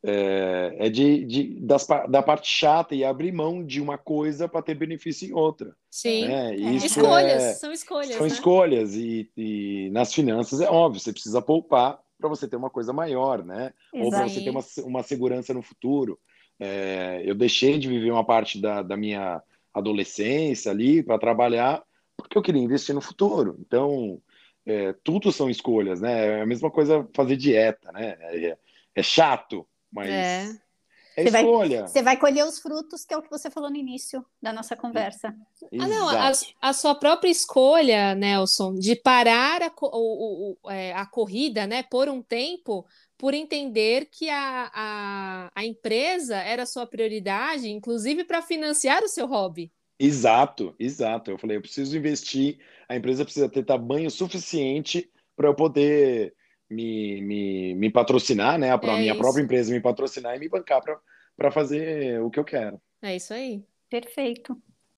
é, é de, de, das, da parte chata e abrir mão de uma coisa para ter benefício em outra. Sim. Né? É, Isso Escolhas, é, são escolhas, são né? escolhas e, e nas finanças é óbvio, você precisa poupar para você ter uma coisa maior, né? Ou para exato. você ter uma, Sim. uma segurança no futuro. É, eu deixei de viver uma parte da, da minha adolescência ali para trabalhar porque eu queria investir no futuro. Então, é, tudo são escolhas, né? É a mesma coisa fazer dieta, né? É, é chato, É. mas é Você vai, escolha. você vai colher os frutos, que é o que você falou no início da nossa conversa. Ah, não, a, Exato. a sua própria escolha, Nelson, de parar a, co- o, o- o- é, a corrida, né, por um tempo, por entender que a, a, a empresa era a sua prioridade, inclusive para financiar o seu hobby. Exato, exato. Eu falei, eu preciso investir, a empresa precisa ter tamanho suficiente para eu poder me, me, me patrocinar, né? A É minha própria isso, empresa me patrocinar e me bancar para para fazer o que eu quero. é isso aí. Perfeito.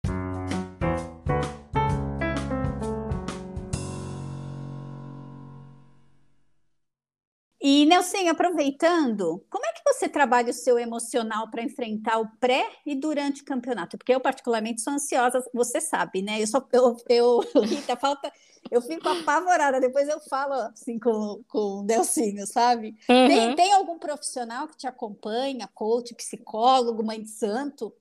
E, Nelson, aproveitando, como é que você trabalha o seu emocional para enfrentar o pré e durante o campeonato? Porque eu, particularmente, sou ansiosa, você sabe, né? Eu sou, eu, eu Rita, falta, eu fico apavorada, depois eu falo assim com, com o Nelsinho, sabe? Tem, Uhum. tem algum profissional que te acompanha, coach, psicólogo, mãe de santo?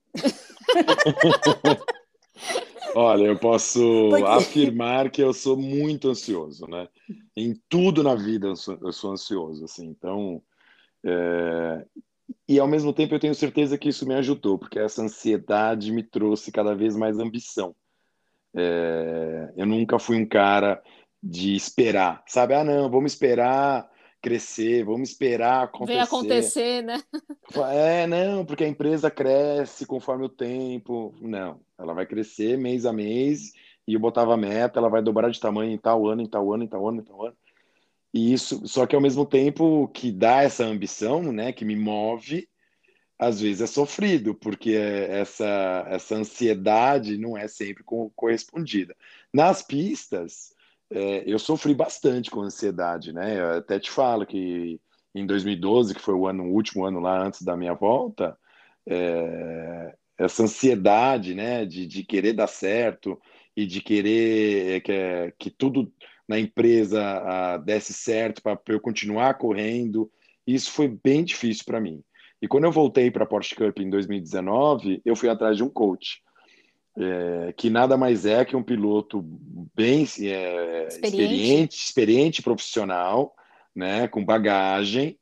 Olha, eu posso Porque afirmar que eu sou muito ansioso, né? Em tudo na vida eu sou, eu sou ansioso, assim. Então, é, e ao mesmo tempo eu tenho certeza que isso me ajudou, porque essa ansiedade me trouxe cada vez mais ambição. É, eu nunca fui um cara de esperar, sabe? Ah, não, vamos esperar crescer, vamos esperar Vem acontecer. acontecer, né? É, não, porque a empresa cresce conforme o tempo. Não, ela vai crescer mês a mês e eu botava meta, ela vai dobrar de tamanho em tal ano, em tal ano, em tal ano, em tal ano. E isso, só que ao mesmo tempo que dá essa ambição, né, que me move, às vezes é sofrido, porque essa, essa ansiedade não é sempre co- correspondida. Nas pistas, é, eu sofri bastante com ansiedade, né? Eu até te falo que em dois mil e doze, que foi o ano, o último ano lá antes da minha volta, é, essa ansiedade, né, de, de querer dar certo e de querer é, que, que tudo na empresa ah, desse certo para eu continuar correndo, isso foi bem difícil para mim. E quando eu voltei para a Porsche Cup em dois mil e dezenove, eu fui atrás de um coach, é, que nada mais é que um piloto bem é, experiente. experiente, experiente, profissional, né, com bagagem,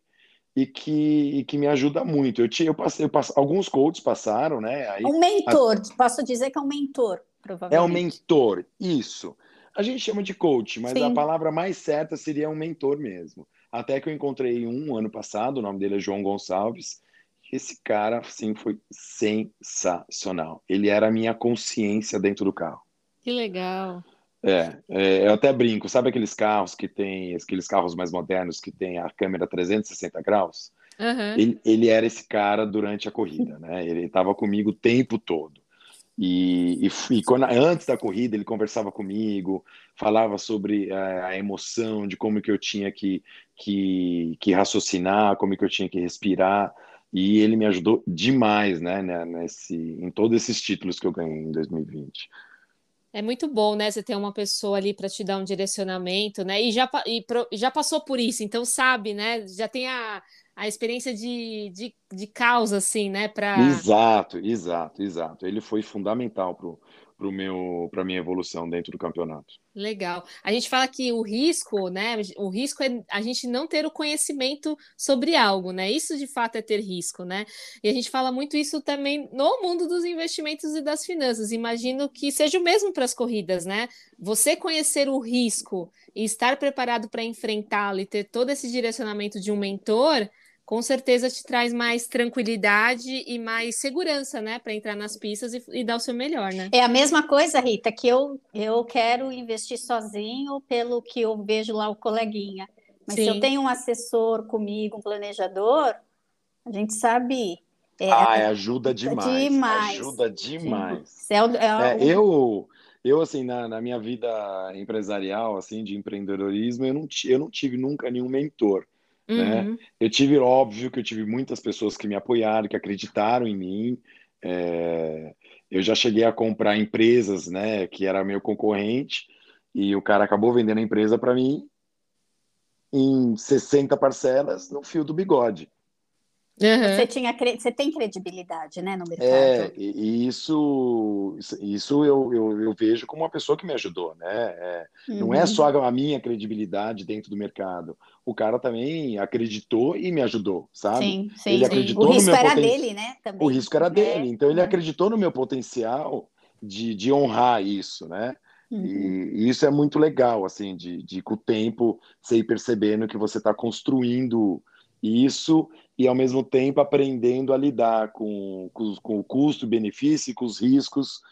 e que, e que me ajuda muito. Eu, tinha, eu passei, eu passo, alguns coaches passaram, né? Aí, Um mentor, a, posso dizer que é um mentor, é um provavelmente. mentor, isso. A gente chama de coach, mas a Sim. palavra mais certa seria um mentor mesmo. Até que eu encontrei um ano passado, o nome dele é João Gonçalves. Esse cara, sim, foi sensacional. Ele era a minha consciência dentro do carro. Que legal. É, é, eu até brinco, sabe aqueles carros que tem, aqueles carros mais modernos que tem a câmera trezentos e sessenta graus? Uhum. Ele, ele era esse cara durante a corrida, né? Ele estava comigo o tempo todo. E, e, e quando, antes da corrida ele conversava comigo, falava sobre a, a emoção, de como que eu tinha que, que, que raciocinar, como que eu tinha que respirar. E ele me ajudou demais, né, né, nesse, em todos esses títulos que eu ganhei em dois mil e vinte. É muito bom, né? Você ter uma pessoa ali para te dar um direcionamento, né? E já, pa- e pro- já passou por isso, então sabe, né? Já tem a, a experiência de, de, de causa, assim, né? Para Exato, exato, exato. Ele foi fundamental pro, pro meu, para minha evolução dentro do campeonato. Legal. A gente fala que o risco, né? O risco é a gente não ter o conhecimento sobre algo, né? Isso de fato é ter risco, né? E a gente fala muito isso também no mundo dos investimentos e das finanças. Imagino que seja o mesmo para as corridas, né? Você conhecer o risco e estar preparado para enfrentá-lo e ter todo esse direcionamento de um mentor, com certeza te traz mais tranquilidade e mais segurança, né? Para entrar nas pistas e, e dar o seu melhor, né? É a mesma coisa, Rita, que eu, eu quero investir sozinho pelo que eu vejo lá o coleguinha. Mas se eu Sim. tenho um assessor comigo, um planejador, a gente sabe é, Ah, ajuda demais, demais. ajuda Demais. demais. É o, é É, o- eu, eu assim, na, na minha vida empresarial, assim, de empreendedorismo, eu não, ti- eu não tive nunca nenhum mentor, né? Uhum. Eu tive, óbvio, que eu tive muitas pessoas que me apoiaram, que acreditaram em mim. É, eu já cheguei a comprar empresas, né, que era meu concorrente, e o cara acabou vendendo a empresa para mim em sessenta parcelas no fio do bigode. você Uhum. tinha, cre- você tem credibilidade, né, no É, mercado. e e isso, isso isso eu, eu, eu vejo como uma pessoa que me ajudou, né? É, não é só Uhum. a minha credibilidade dentro do mercado. O cara também acreditou e me ajudou, sabe? Sim, Ele sim. O Sim. acreditou no risco meu era poten... dele, né, O também. risco era É, dele, então ele é. acreditou no meu potencial de, de honrar isso, né? Uhum. E, e isso é muito legal, assim, de, de com o tempo você ir percebendo que você está construindo isso e ao mesmo tempo aprendendo a lidar com, com, com o custo, benefício, com os riscos,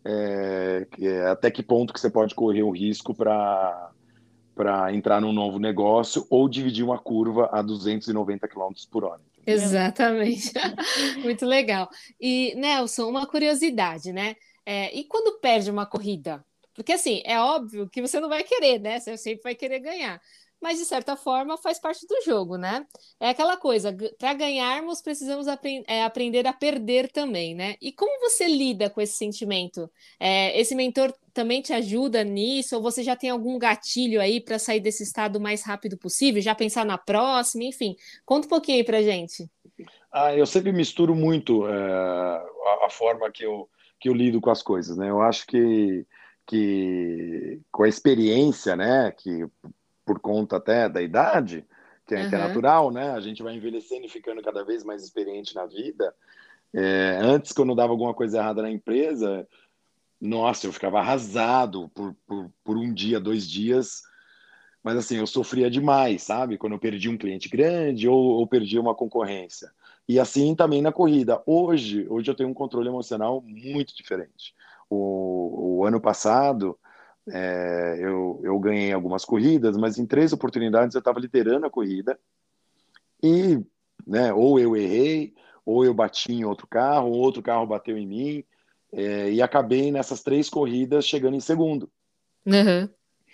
é, que é, até que ponto que você pode correr o risco para para entrar num novo negócio ou dividir uma curva a duzentos e noventa quilômetros por hora. Entendeu? Exatamente. Muito legal. E, Nelson, uma curiosidade, né? É, e quando perde uma corrida? Porque, assim, é óbvio que você não vai querer, né? Você sempre vai querer ganhar. Mas, de certa forma, faz parte do jogo, né? É aquela coisa, para ganharmos, precisamos apren- é, aprender a perder também, né? E como você lida com esse sentimento? É, esse mentor também te ajuda nisso? Ou você já tem algum gatilho aí para sair desse estado o mais rápido possível? Já pensar na próxima? Enfim, conta um pouquinho aí pra gente. Ah, eu sempre misturo muito é, a, a forma que eu, que eu lido com as coisas, né? Eu acho que, que com a experiência, né, que por conta até da idade, que é, que é Aham. natural, né? A gente vai envelhecendo e ficando cada vez mais experiente na vida. É, antes, quando dava alguma coisa errada na empresa, nossa, eu ficava arrasado por, por, por um dia, dois dias, mas assim, eu sofria demais, sabe? Quando eu perdi um cliente grande ou, ou perdi uma concorrência. E assim também na corrida. Hoje, hoje eu tenho um controle emocional muito diferente. O, o ano passado, é, eu, eu ganhei algumas corridas, mas em três oportunidades eu estava liderando a corrida e, né, ou eu errei, ou eu bati em outro carro, ou outro carro bateu em mim, é, e acabei nessas três corridas chegando em segundo. Aham.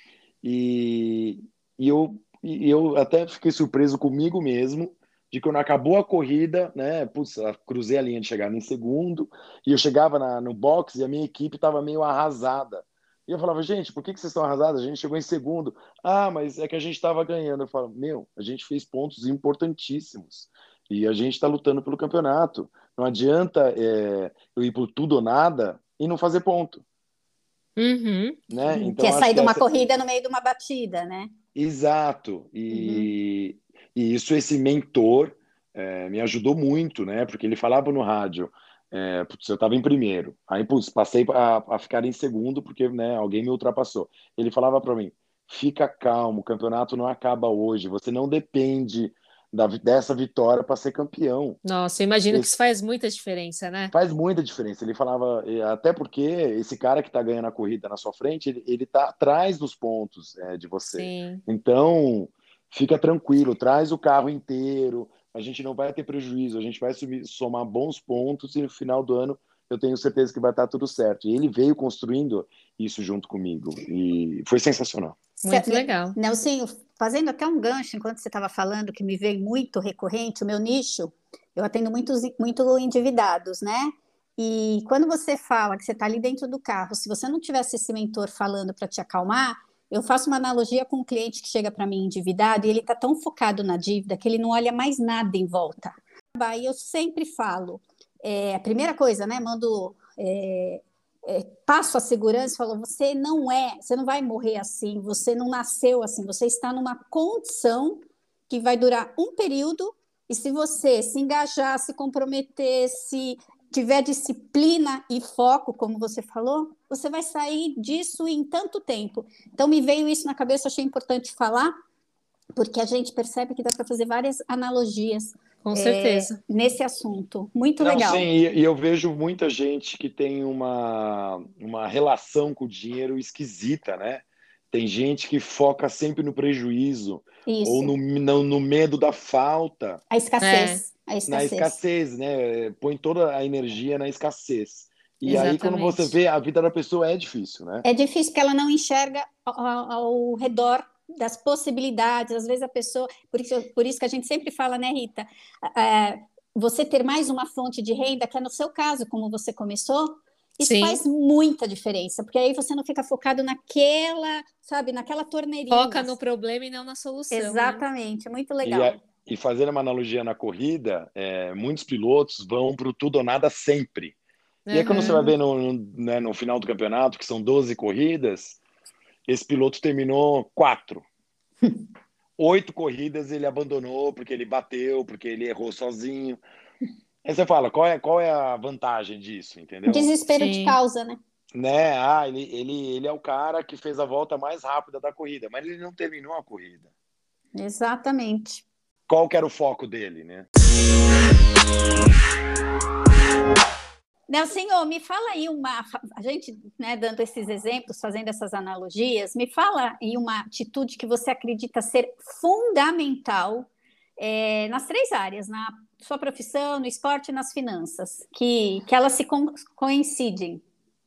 E, e eu, e eu até fiquei surpreso comigo mesmo, de quando acabou a corrida, né? Putz, eu cruzei a linha de chegada em segundo, e eu chegava na, no box e a minha equipe estava meio arrasada. E eu falava, gente, por que, que vocês estão arrasados? A gente chegou em segundo. Ah, mas é que a gente estava ganhando. Eu falo, meu, a gente fez pontos importantíssimos. E a gente está lutando pelo campeonato. Não adianta é, eu ir por tudo ou nada e não fazer ponto, Uhum. né? Que é Então acho sair que de uma essa, corrida no meio de uma batida, né? exato. Uhum. E, e isso, esse mentor, é, me ajudou muito, né? Porque ele falava no rádio, é, putz, eu estava em primeiro, aí putz, passei a, a ficar em segundo porque, né, alguém me ultrapassou. Ele falava para mim, fica calmo, o campeonato não acaba hoje, você não depende da, dessa vitória para ser campeão. Nossa, eu imagino que isso faz muita diferença, né? Faz muita diferença. Ele falava, até porque esse cara que está ganhando a corrida na sua frente, ele, ele tá atrás dos pontos é, de você. Sim. Então, fica tranquilo, traz o carro inteiro, a gente não vai ter prejuízo, a gente vai subir, somar bons pontos e no final do ano eu tenho certeza que vai estar tudo certo. E ele veio construindo isso junto comigo e foi sensacional. Muito legal. Nelsinho, fazendo até um gancho enquanto você estava falando, que me veio muito recorrente, o meu nicho, eu atendo muitos muito endividados, né? E quando você fala que você está ali dentro do carro, se você não tivesse esse mentor falando para te acalmar, eu faço uma analogia com um cliente que chega para mim endividado e ele está tão focado na dívida que ele não olha mais nada em volta. E eu sempre falo, é, a primeira coisa, né? Mando... É, É, passo a segurança e falo, você não é, você não vai morrer assim, você não nasceu assim, você está numa condição que vai durar um período e se você se engajar, se comprometer, se tiver disciplina e foco, como você falou, você vai sair disso em tanto tempo. Então me veio isso na cabeça, achei importante falar, porque a gente percebe que dá para fazer várias analogias Com certeza. É, nesse assunto. Muito Não, legal. sim, e, e eu vejo muita gente que tem uma, uma relação com o dinheiro esquisita, né? Tem gente que foca sempre no prejuízo ou Isso. no, no, no medo da falta. A escassez. É. A escassez. Na escassez, né? Põe toda a energia na escassez. E aí, quando você Exatamente. vê, a vida da pessoa é difícil, né? É difícil porque ela não enxerga ao, ao redor das possibilidades. Às vezes a pessoa... Por isso, por isso que a gente sempre fala, né, Rita? É, você ter mais uma fonte de renda, que é no seu caso, como você começou, isso Sim. faz muita diferença, porque aí você não fica focado naquela, sabe, naquela torneirinha. Foca no problema e não na solução. Exatamente, né? muito E, legal. a, e fazendo uma analogia na corrida, é, muitos pilotos vão para o tudo ou nada sempre. E aí, quando você vai ver no, no, né, no final do campeonato, que são doze corridas, esse piloto terminou quatro. Oito corridas ele abandonou porque ele bateu, porque ele errou sozinho. Aí você fala, qual é, qual é a vantagem disso, entendeu? Desespero Sim. de causa, né? Né? Ah, ele, ele, ele é o cara que fez a volta mais rápida da corrida, mas ele não terminou a corrida. Exatamente. Qual que era o foco dele, né? Nelsinho, me fala aí uma... A gente, né, dando esses exemplos, fazendo essas analogias, me fala aí uma atitude que você acredita ser fundamental é, nas três áreas, na sua profissão, no esporte e nas finanças, que, que elas se co coincidem.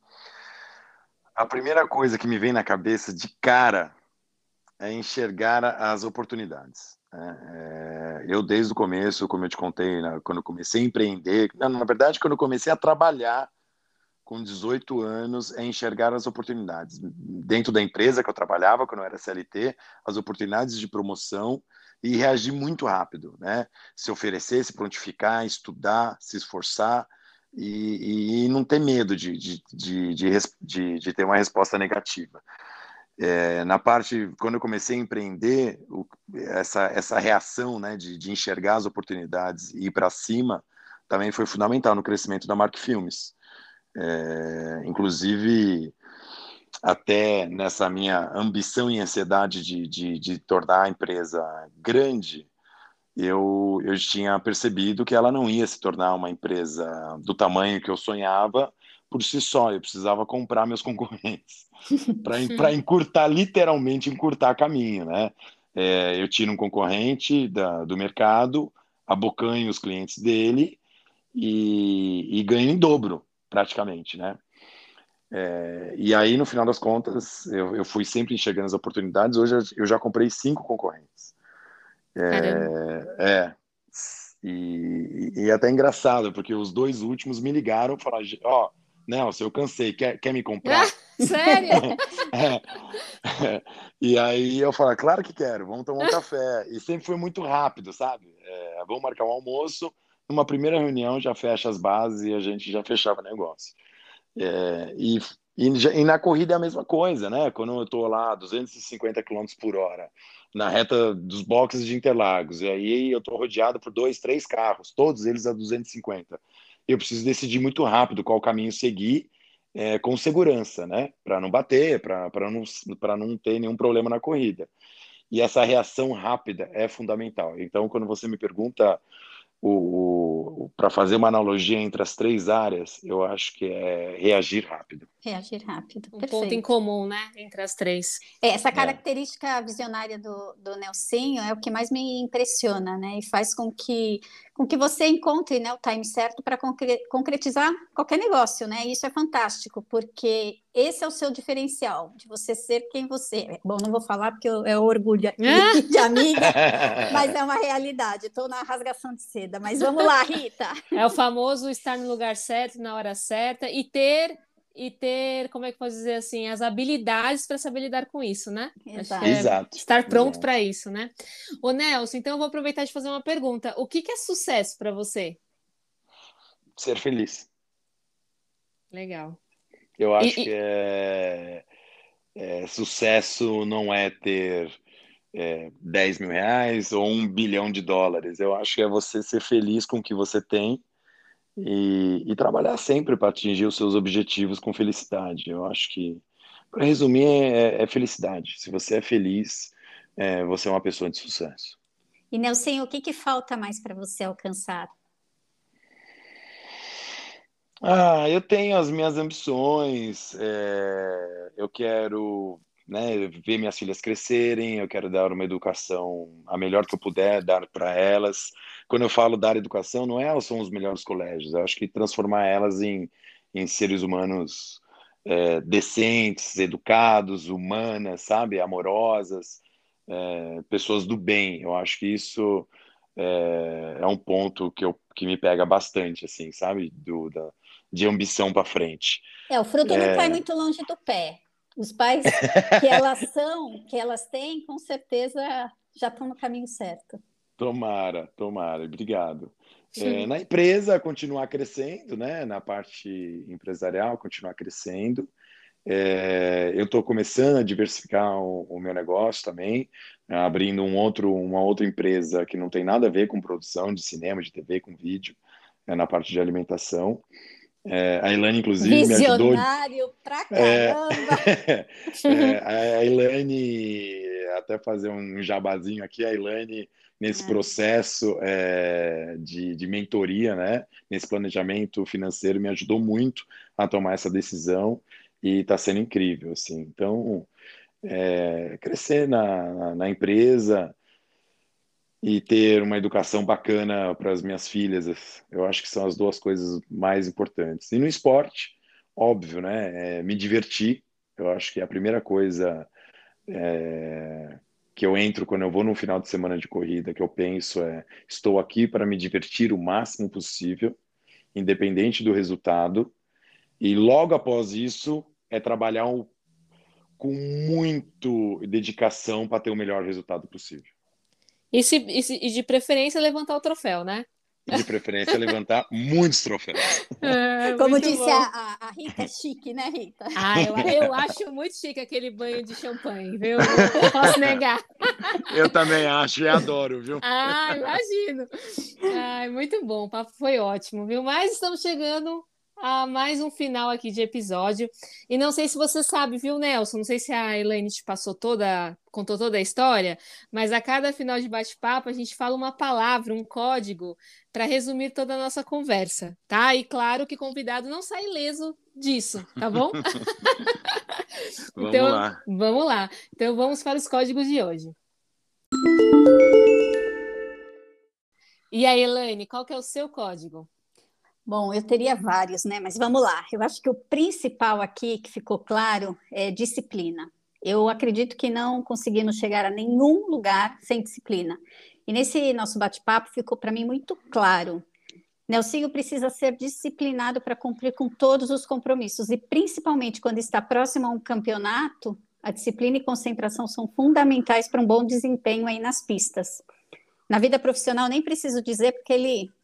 A primeira coisa que me vem na cabeça de cara é enxergar as oportunidades. É, eu, desde o começo, como eu te contei, né, quando eu comecei a empreender, não, na verdade, quando eu comecei a trabalhar com dezoito anos, é enxergar as oportunidades. Dentro da empresa que eu trabalhava, quando eu era C L T, as oportunidades de promoção e reagir muito rápido, né? Se oferecer, se prontificar, estudar, se esforçar e, e não ter medo de, de, de, de, de, de ter uma resposta negativa. É, na parte, quando eu comecei a empreender, o, essa, essa reação, né, de, de enxergar as oportunidades e ir para cima também foi fundamental no crescimento da Mark Filmes. É, inclusive, até nessa minha ambição e ansiedade de, de, de tornar a empresa grande, eu, eu tinha percebido que ela não ia se tornar uma empresa do tamanho que eu sonhava por si só, eu precisava comprar meus concorrentes para encurtar, literalmente encurtar caminho, né? É, eu tiro um concorrente da, do mercado, abocanho os clientes dele e, e ganho em dobro, praticamente, né? É, e aí, no final das contas, eu, eu fui sempre enxergando as oportunidades. Hoje eu já comprei cinco concorrentes. Caramba. É, é e, e é até engraçado, porque os dois últimos me ligaram e falaram, ó, oh, Nelson, eu cansei, quer, quer me comprar? Sério? é, é, e aí eu falo, claro que quero, vamos tomar um café. E sempre foi muito rápido, sabe? É, vamos marcar um almoço, numa primeira reunião já fecha as bases e a gente já fechava o negócio. É, e E, e na corrida é a mesma coisa, né? Quando eu estou lá duzentos e cinquenta quilômetros por hora, na reta dos boxes de Interlagos, e aí eu estou rodeado por dois, três carros, todos eles a duzentos e cinquenta. Eu preciso decidir muito rápido qual caminho seguir, é, com segurança, né? Para não bater, para não, para não ter nenhum problema na corrida. E essa reação rápida é fundamental. Então, quando você me pergunta o, o, para fazer uma analogia entre as três áreas, eu acho que é reagir rápido. Reagir rápido, Um perfeito. ponto em comum, né, entre as três. É, essa característica é. visionária do, do Nelsinho é o que mais me impressiona, né? E faz com que, com que você encontre, né, o time certo para concre concretizar qualquer negócio, né? E isso é fantástico, porque esse é o seu diferencial, de você ser quem você é. Bom, não vou falar porque eu, é orgulho aqui de amiga, mas é uma realidade. Estou na rasgação de seda, mas vamos lá, Rita. É o famoso estar no lugar certo, na hora certa, e ter... e ter, como é que pode dizer assim, as habilidades para saber lidar com isso, né? Exato. É Exato. Estar pronto para isso, né? Ô, Nelson, então eu vou aproveitar de fazer uma pergunta. O que, que é sucesso para você? Ser feliz. Legal. Eu acho e, que é, é, sucesso não é ter é, dez mil reais ou um bilhão de dólares. Eu acho que é você ser feliz com o que você tem e, e trabalhar sempre para atingir os seus objetivos com felicidade. Eu acho que, para resumir, é, é felicidade. Se você é feliz, é, você é uma pessoa de sucesso. E, Nelson, o que, que falta mais para você alcançar? Ah, eu tenho as minhas ambições, é, eu quero, né, ver minhas filhas crescerem, eu quero dar uma educação a melhor que eu puder dar para elas. Quando eu falo dar educação, não é elas são os melhores colégios, eu acho que transformar elas em, em seres humanos é, decentes, educados, humanas, sabe, amorosas, é, pessoas do bem. Eu acho que isso é, é um ponto que, eu, que me pega bastante, assim, sabe, do, da de ambição para frente. É, o fruto É... não cai muito longe do pé. Os pais que elas são, que elas têm, com certeza já estão no caminho certo. Tomara, tomara, obrigado. É, na empresa, continuar crescendo, né? Na parte empresarial, continuar crescendo. É, eu estou começando a diversificar o, o meu negócio também, abrindo um outro, uma outra empresa que não tem nada a ver com produção de cinema, de T V, com vídeo, é, na parte de alimentação. É, a Ilane, inclusive, Visionário me ajudou. pra caramba! É, é, a Ilane, até fazer um jabazinho aqui, a Ilane, nesse é. processo é, de, de mentoria, né, nesse planejamento financeiro, me ajudou muito a tomar essa decisão e está sendo incrível. Assim. Então, é, crescer na, na, na empresa e ter uma educação bacana para as minhas filhas, eu acho que são as duas coisas mais importantes. E no esporte, óbvio, né? É, me divertir, eu acho que é a primeira coisa é, que eu entro quando eu vou no final de semana de corrida, que eu penso é, estou aqui para me divertir o máximo possível, independente do resultado, e logo após isso é trabalhar um, com muito dedicação para ter o melhor resultado possível. E, se, e, se, e de preferência levantar o troféu, né? De preferência levantar muitos troféus. É, como disse a, a, a Rita, é chique, né, Rita? Ah, eu, eu acho muito chique aquele banho de champanhe, viu? Não posso negar. Eu também acho e adoro, viu? Ah, imagino. Ai, muito bom, o papo foi ótimo, viu? Mas estamos chegando a mais um final aqui de episódio. E não sei se você sabe, viu, Nelson? Não sei se a Elaine te passou toda, contou toda a história, mas a cada final de bate-papo a gente fala uma palavra, um código, para resumir toda a nossa conversa, tá? E claro que o convidado não sai ileso disso, tá bom? Vamos então, lá. Vamos lá. Então vamos para os códigos de hoje. E aí, Elaine, qual que é o seu código? Bom, eu teria vários, né? Mas vamos lá. Eu acho que o principal aqui que ficou claro é disciplina. Eu acredito que não conseguimos chegar a nenhum lugar sem disciplina. E nesse nosso bate-papo ficou para mim muito claro. Nelsinho precisa ser disciplinado para cumprir com todos os compromissos e principalmente quando está próximo a um campeonato, a disciplina e concentração são fundamentais para um bom desempenho aí nas pistas. Na vida profissional nem preciso dizer porque ele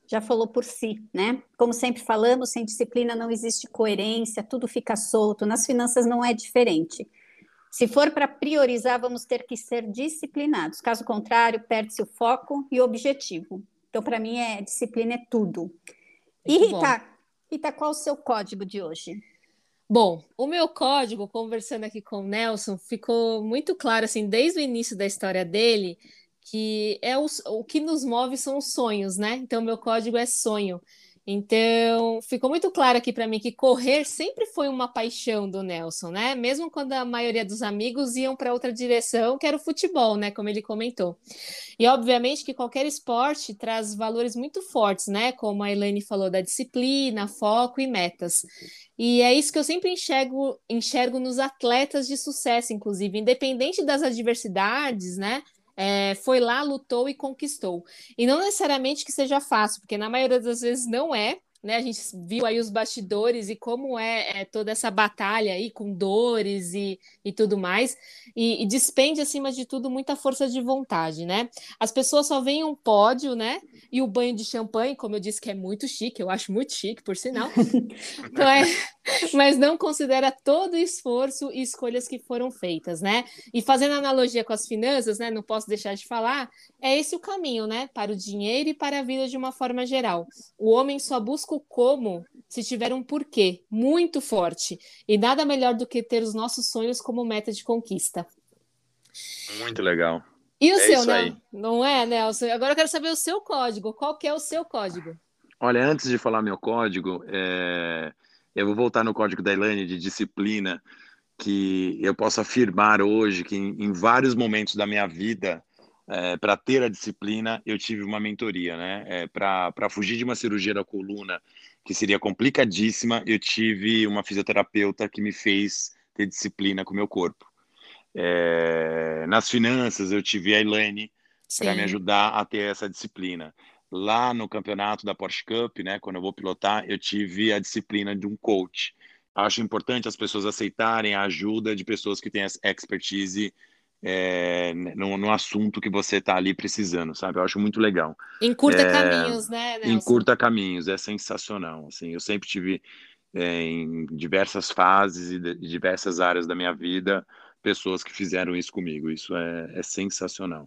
já falou por si, né? Como sempre falamos, sem disciplina não existe coerência, tudo fica solto. Nas finanças não é diferente. Se for para priorizar, vamos ter que ser disciplinados. Caso contrário, perde-se o foco e o objetivo. Então, para mim, é disciplina é tudo. E Muito bom. Rita, Rita, qual o seu código de hoje? Bom, o meu código, conversando aqui com o Nelson, ficou muito claro, assim, desde o início da história dele, que é o, o que nos move são os sonhos, né? Então, meu código é sonho. Então, ficou muito claro aqui para mim que correr sempre foi uma paixão do Nelson, né? Mesmo quando a maioria dos amigos iam para outra direção, que era o futebol, né? Como ele comentou. E obviamente que qualquer esporte traz valores muito fortes, né? Como a Elaine falou, da disciplina, foco e metas. E é isso que eu sempre enxergo, enxergo nos atletas de sucesso, inclusive, independente das adversidades, né? É, foi lá, lutou e conquistou. E não necessariamente que seja fácil, porque na maioria das vezes não é, né? A gente viu aí os bastidores e como é, é toda essa batalha aí com dores e, e tudo mais, e, e despende, acima de tudo, muita força de vontade, né? As pessoas só veem um pódio, né? E o banho de champanhe, como eu disse, que é muito chique, eu acho muito chique, por sinal. Então, é, mas não considera todo o esforço e escolhas que foram feitas, né? E fazendo analogia com as finanças, né? Não posso deixar de falar, é esse o caminho, né? Para o dinheiro e para a vida de uma forma geral. O homem só busca o como se tiver um porquê muito forte. E nada melhor do que ter os nossos sonhos como meta de conquista. Muito legal. E o É seu, isso aí. não, não é, Nelson? Agora eu quero saber o seu código. Qual que é o seu código? Olha, antes de falar meu código, é, eu vou voltar no código da Elaine de disciplina, que eu posso afirmar hoje que em, em vários momentos da minha vida, é, para ter a disciplina, eu tive uma mentoria, né? É, para para fugir de uma cirurgia da coluna, que seria complicadíssima, eu tive uma fisioterapeuta que me fez ter disciplina com o meu corpo. É, nas finanças, eu tive a Elaine para me Sim. ajudar a ter essa disciplina. Lá no campeonato da Porsche Cup, né, quando eu vou pilotar, eu tive a disciplina de um coach. Acho importante as pessoas aceitarem a ajuda de pessoas que têm expertise é, no, no assunto que você está ali precisando, sabe? Eu acho muito legal. Encurta É, caminhos, né, Nelson? encurta caminhos, é sensacional. Assim, eu sempre tive é, em diversas fases e de, diversas áreas da minha vida pessoas que fizeram isso comigo. Isso é, é sensacional.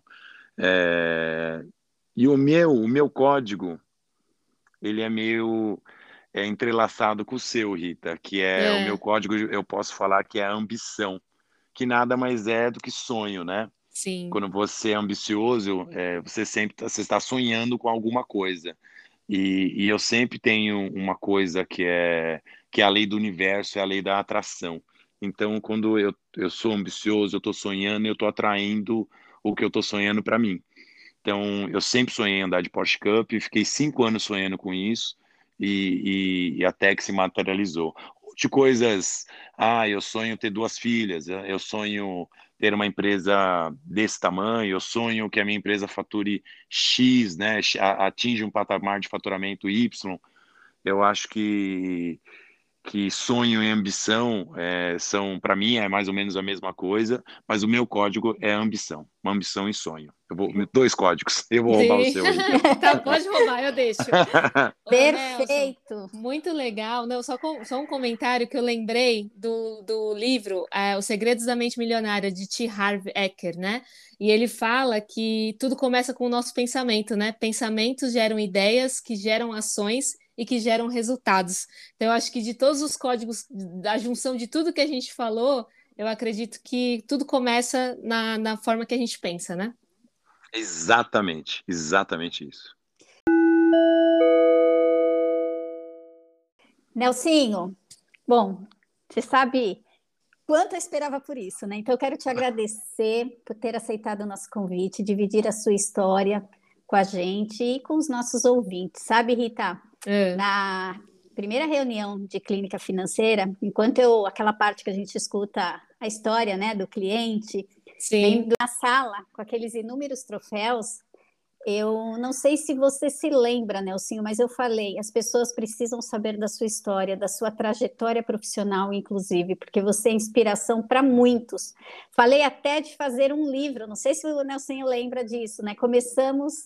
É, e o meu, o meu código, ele é meio é, entrelaçado com o seu, Rita, que é o meu É, código, eu posso falar que é a ambição, que nada mais é do que sonho, né? sim. Quando você é ambicioso, é, você sempre tá, você está sonhando com alguma coisa. E, e eu sempre tenho uma coisa que é que é a lei do universo, é a lei da atração. Então, quando eu, eu sou ambicioso, eu estou sonhando, eu estou atraindo o que eu estou sonhando para mim. Então, eu sempre sonhei em andar de Porsche Cup, fiquei cinco anos sonhando com isso e, e, e até que se materializou. De coisas, ah, eu sonho ter duas filhas, eu sonho ter uma empresa desse tamanho, eu sonho que a minha empresa fature X, né, atinja um patamar de faturamento Y. Eu acho que que sonho e ambição é, são, para mim, é mais ou menos a mesma coisa, mas o meu código é ambição, uma ambição e sonho. Eu vou, dois códigos, eu vou roubar o Sim. seu, Rita. Tá, pode roubar, eu deixo. Ô, Nelson, Perfeito! muito legal. Não, só, com- só um comentário que eu lembrei do, do livro é, Os Segredos da Mente Milionária, de T. Harv Eker, né? E ele fala que tudo começa com o nosso pensamento, né? Pensamentos geram ideias, que geram ações e que geram resultados. Então, eu acho que de todos os códigos, da junção de tudo que a gente falou, eu acredito que tudo começa na, na forma que a gente pensa, né? Exatamente, exatamente isso. Nelsinho, bom, você sabe quanto eu esperava por isso, né? Então, eu quero te agradecer por ter aceitado o nosso convite, dividir a sua história com a gente e com os nossos ouvintes. Sabe, Rita, É, na primeira reunião de clínica financeira, enquanto eu, aquela parte que a gente escuta a história, né, do cliente, sim. vendo na sala com aqueles inúmeros troféus, eu não sei se você se lembra, Nelsinho, mas eu falei, as pessoas precisam saber da sua história, da sua trajetória profissional, inclusive, porque você é inspiração para muitos. Falei até de fazer um livro, não sei se o Nelsinho lembra disso, né? Começamos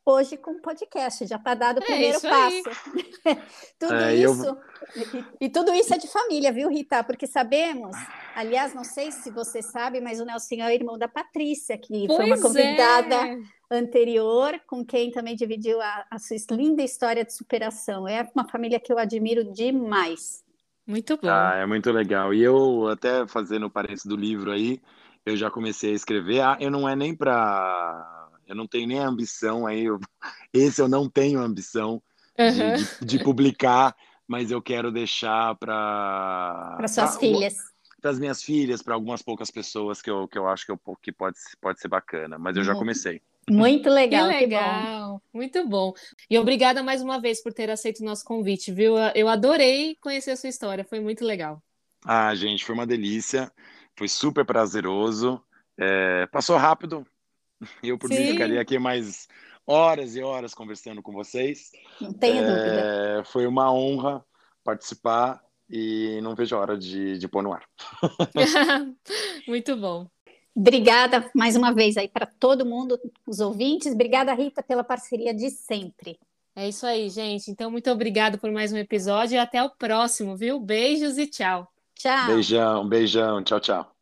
hoje com o podcast, já está dado o É primeiro isso aí. passo. Tudo É, eu- isso, e, e tudo isso é de família, viu, Rita? Porque sabemos, aliás, não sei se você sabe, mas o Nelsinho é o irmão da Patrícia, que foi uma Pois convidada é. anterior, com quem também dividiu a, a sua linda história de superação. É uma família que eu admiro demais. Muito bom. Ah, é muito legal. E eu, até fazendo o parênteses do livro aí, eu já comecei a escrever. Ah, eu não é nem para. Eu não tenho nem a ambição aí. eu- Esse eu não tenho ambição de, Aham. de, de publicar, mas eu quero deixar para Para suas filhas. para as minhas filhas, para algumas poucas pessoas que eu, que eu acho que, eu, que pode, pode ser bacana. Mas eu já Mu- comecei. Muito Que legal, que bom. legal, muito bom. E obrigada mais uma vez por ter aceito o nosso convite, viu? Eu adorei conhecer a sua história, foi muito legal. Ah, gente, foi uma delícia. Foi super prazeroso. É, passou rápido. Eu, por mim, ficaria Sim, aqui mais horas e horas conversando com vocês. Não tenha dúvida. É, foi uma honra participar e não vejo a hora de, de pôr no ar. muito bom. Obrigada mais uma vez aí para todo mundo, os ouvintes. Obrigada, Rita, pela parceria de sempre. É isso aí, gente. Então, muito obrigada por mais um episódio e até o próximo, viu? Beijos e tchau. Tchau. Beijão, beijão. Tchau, tchau.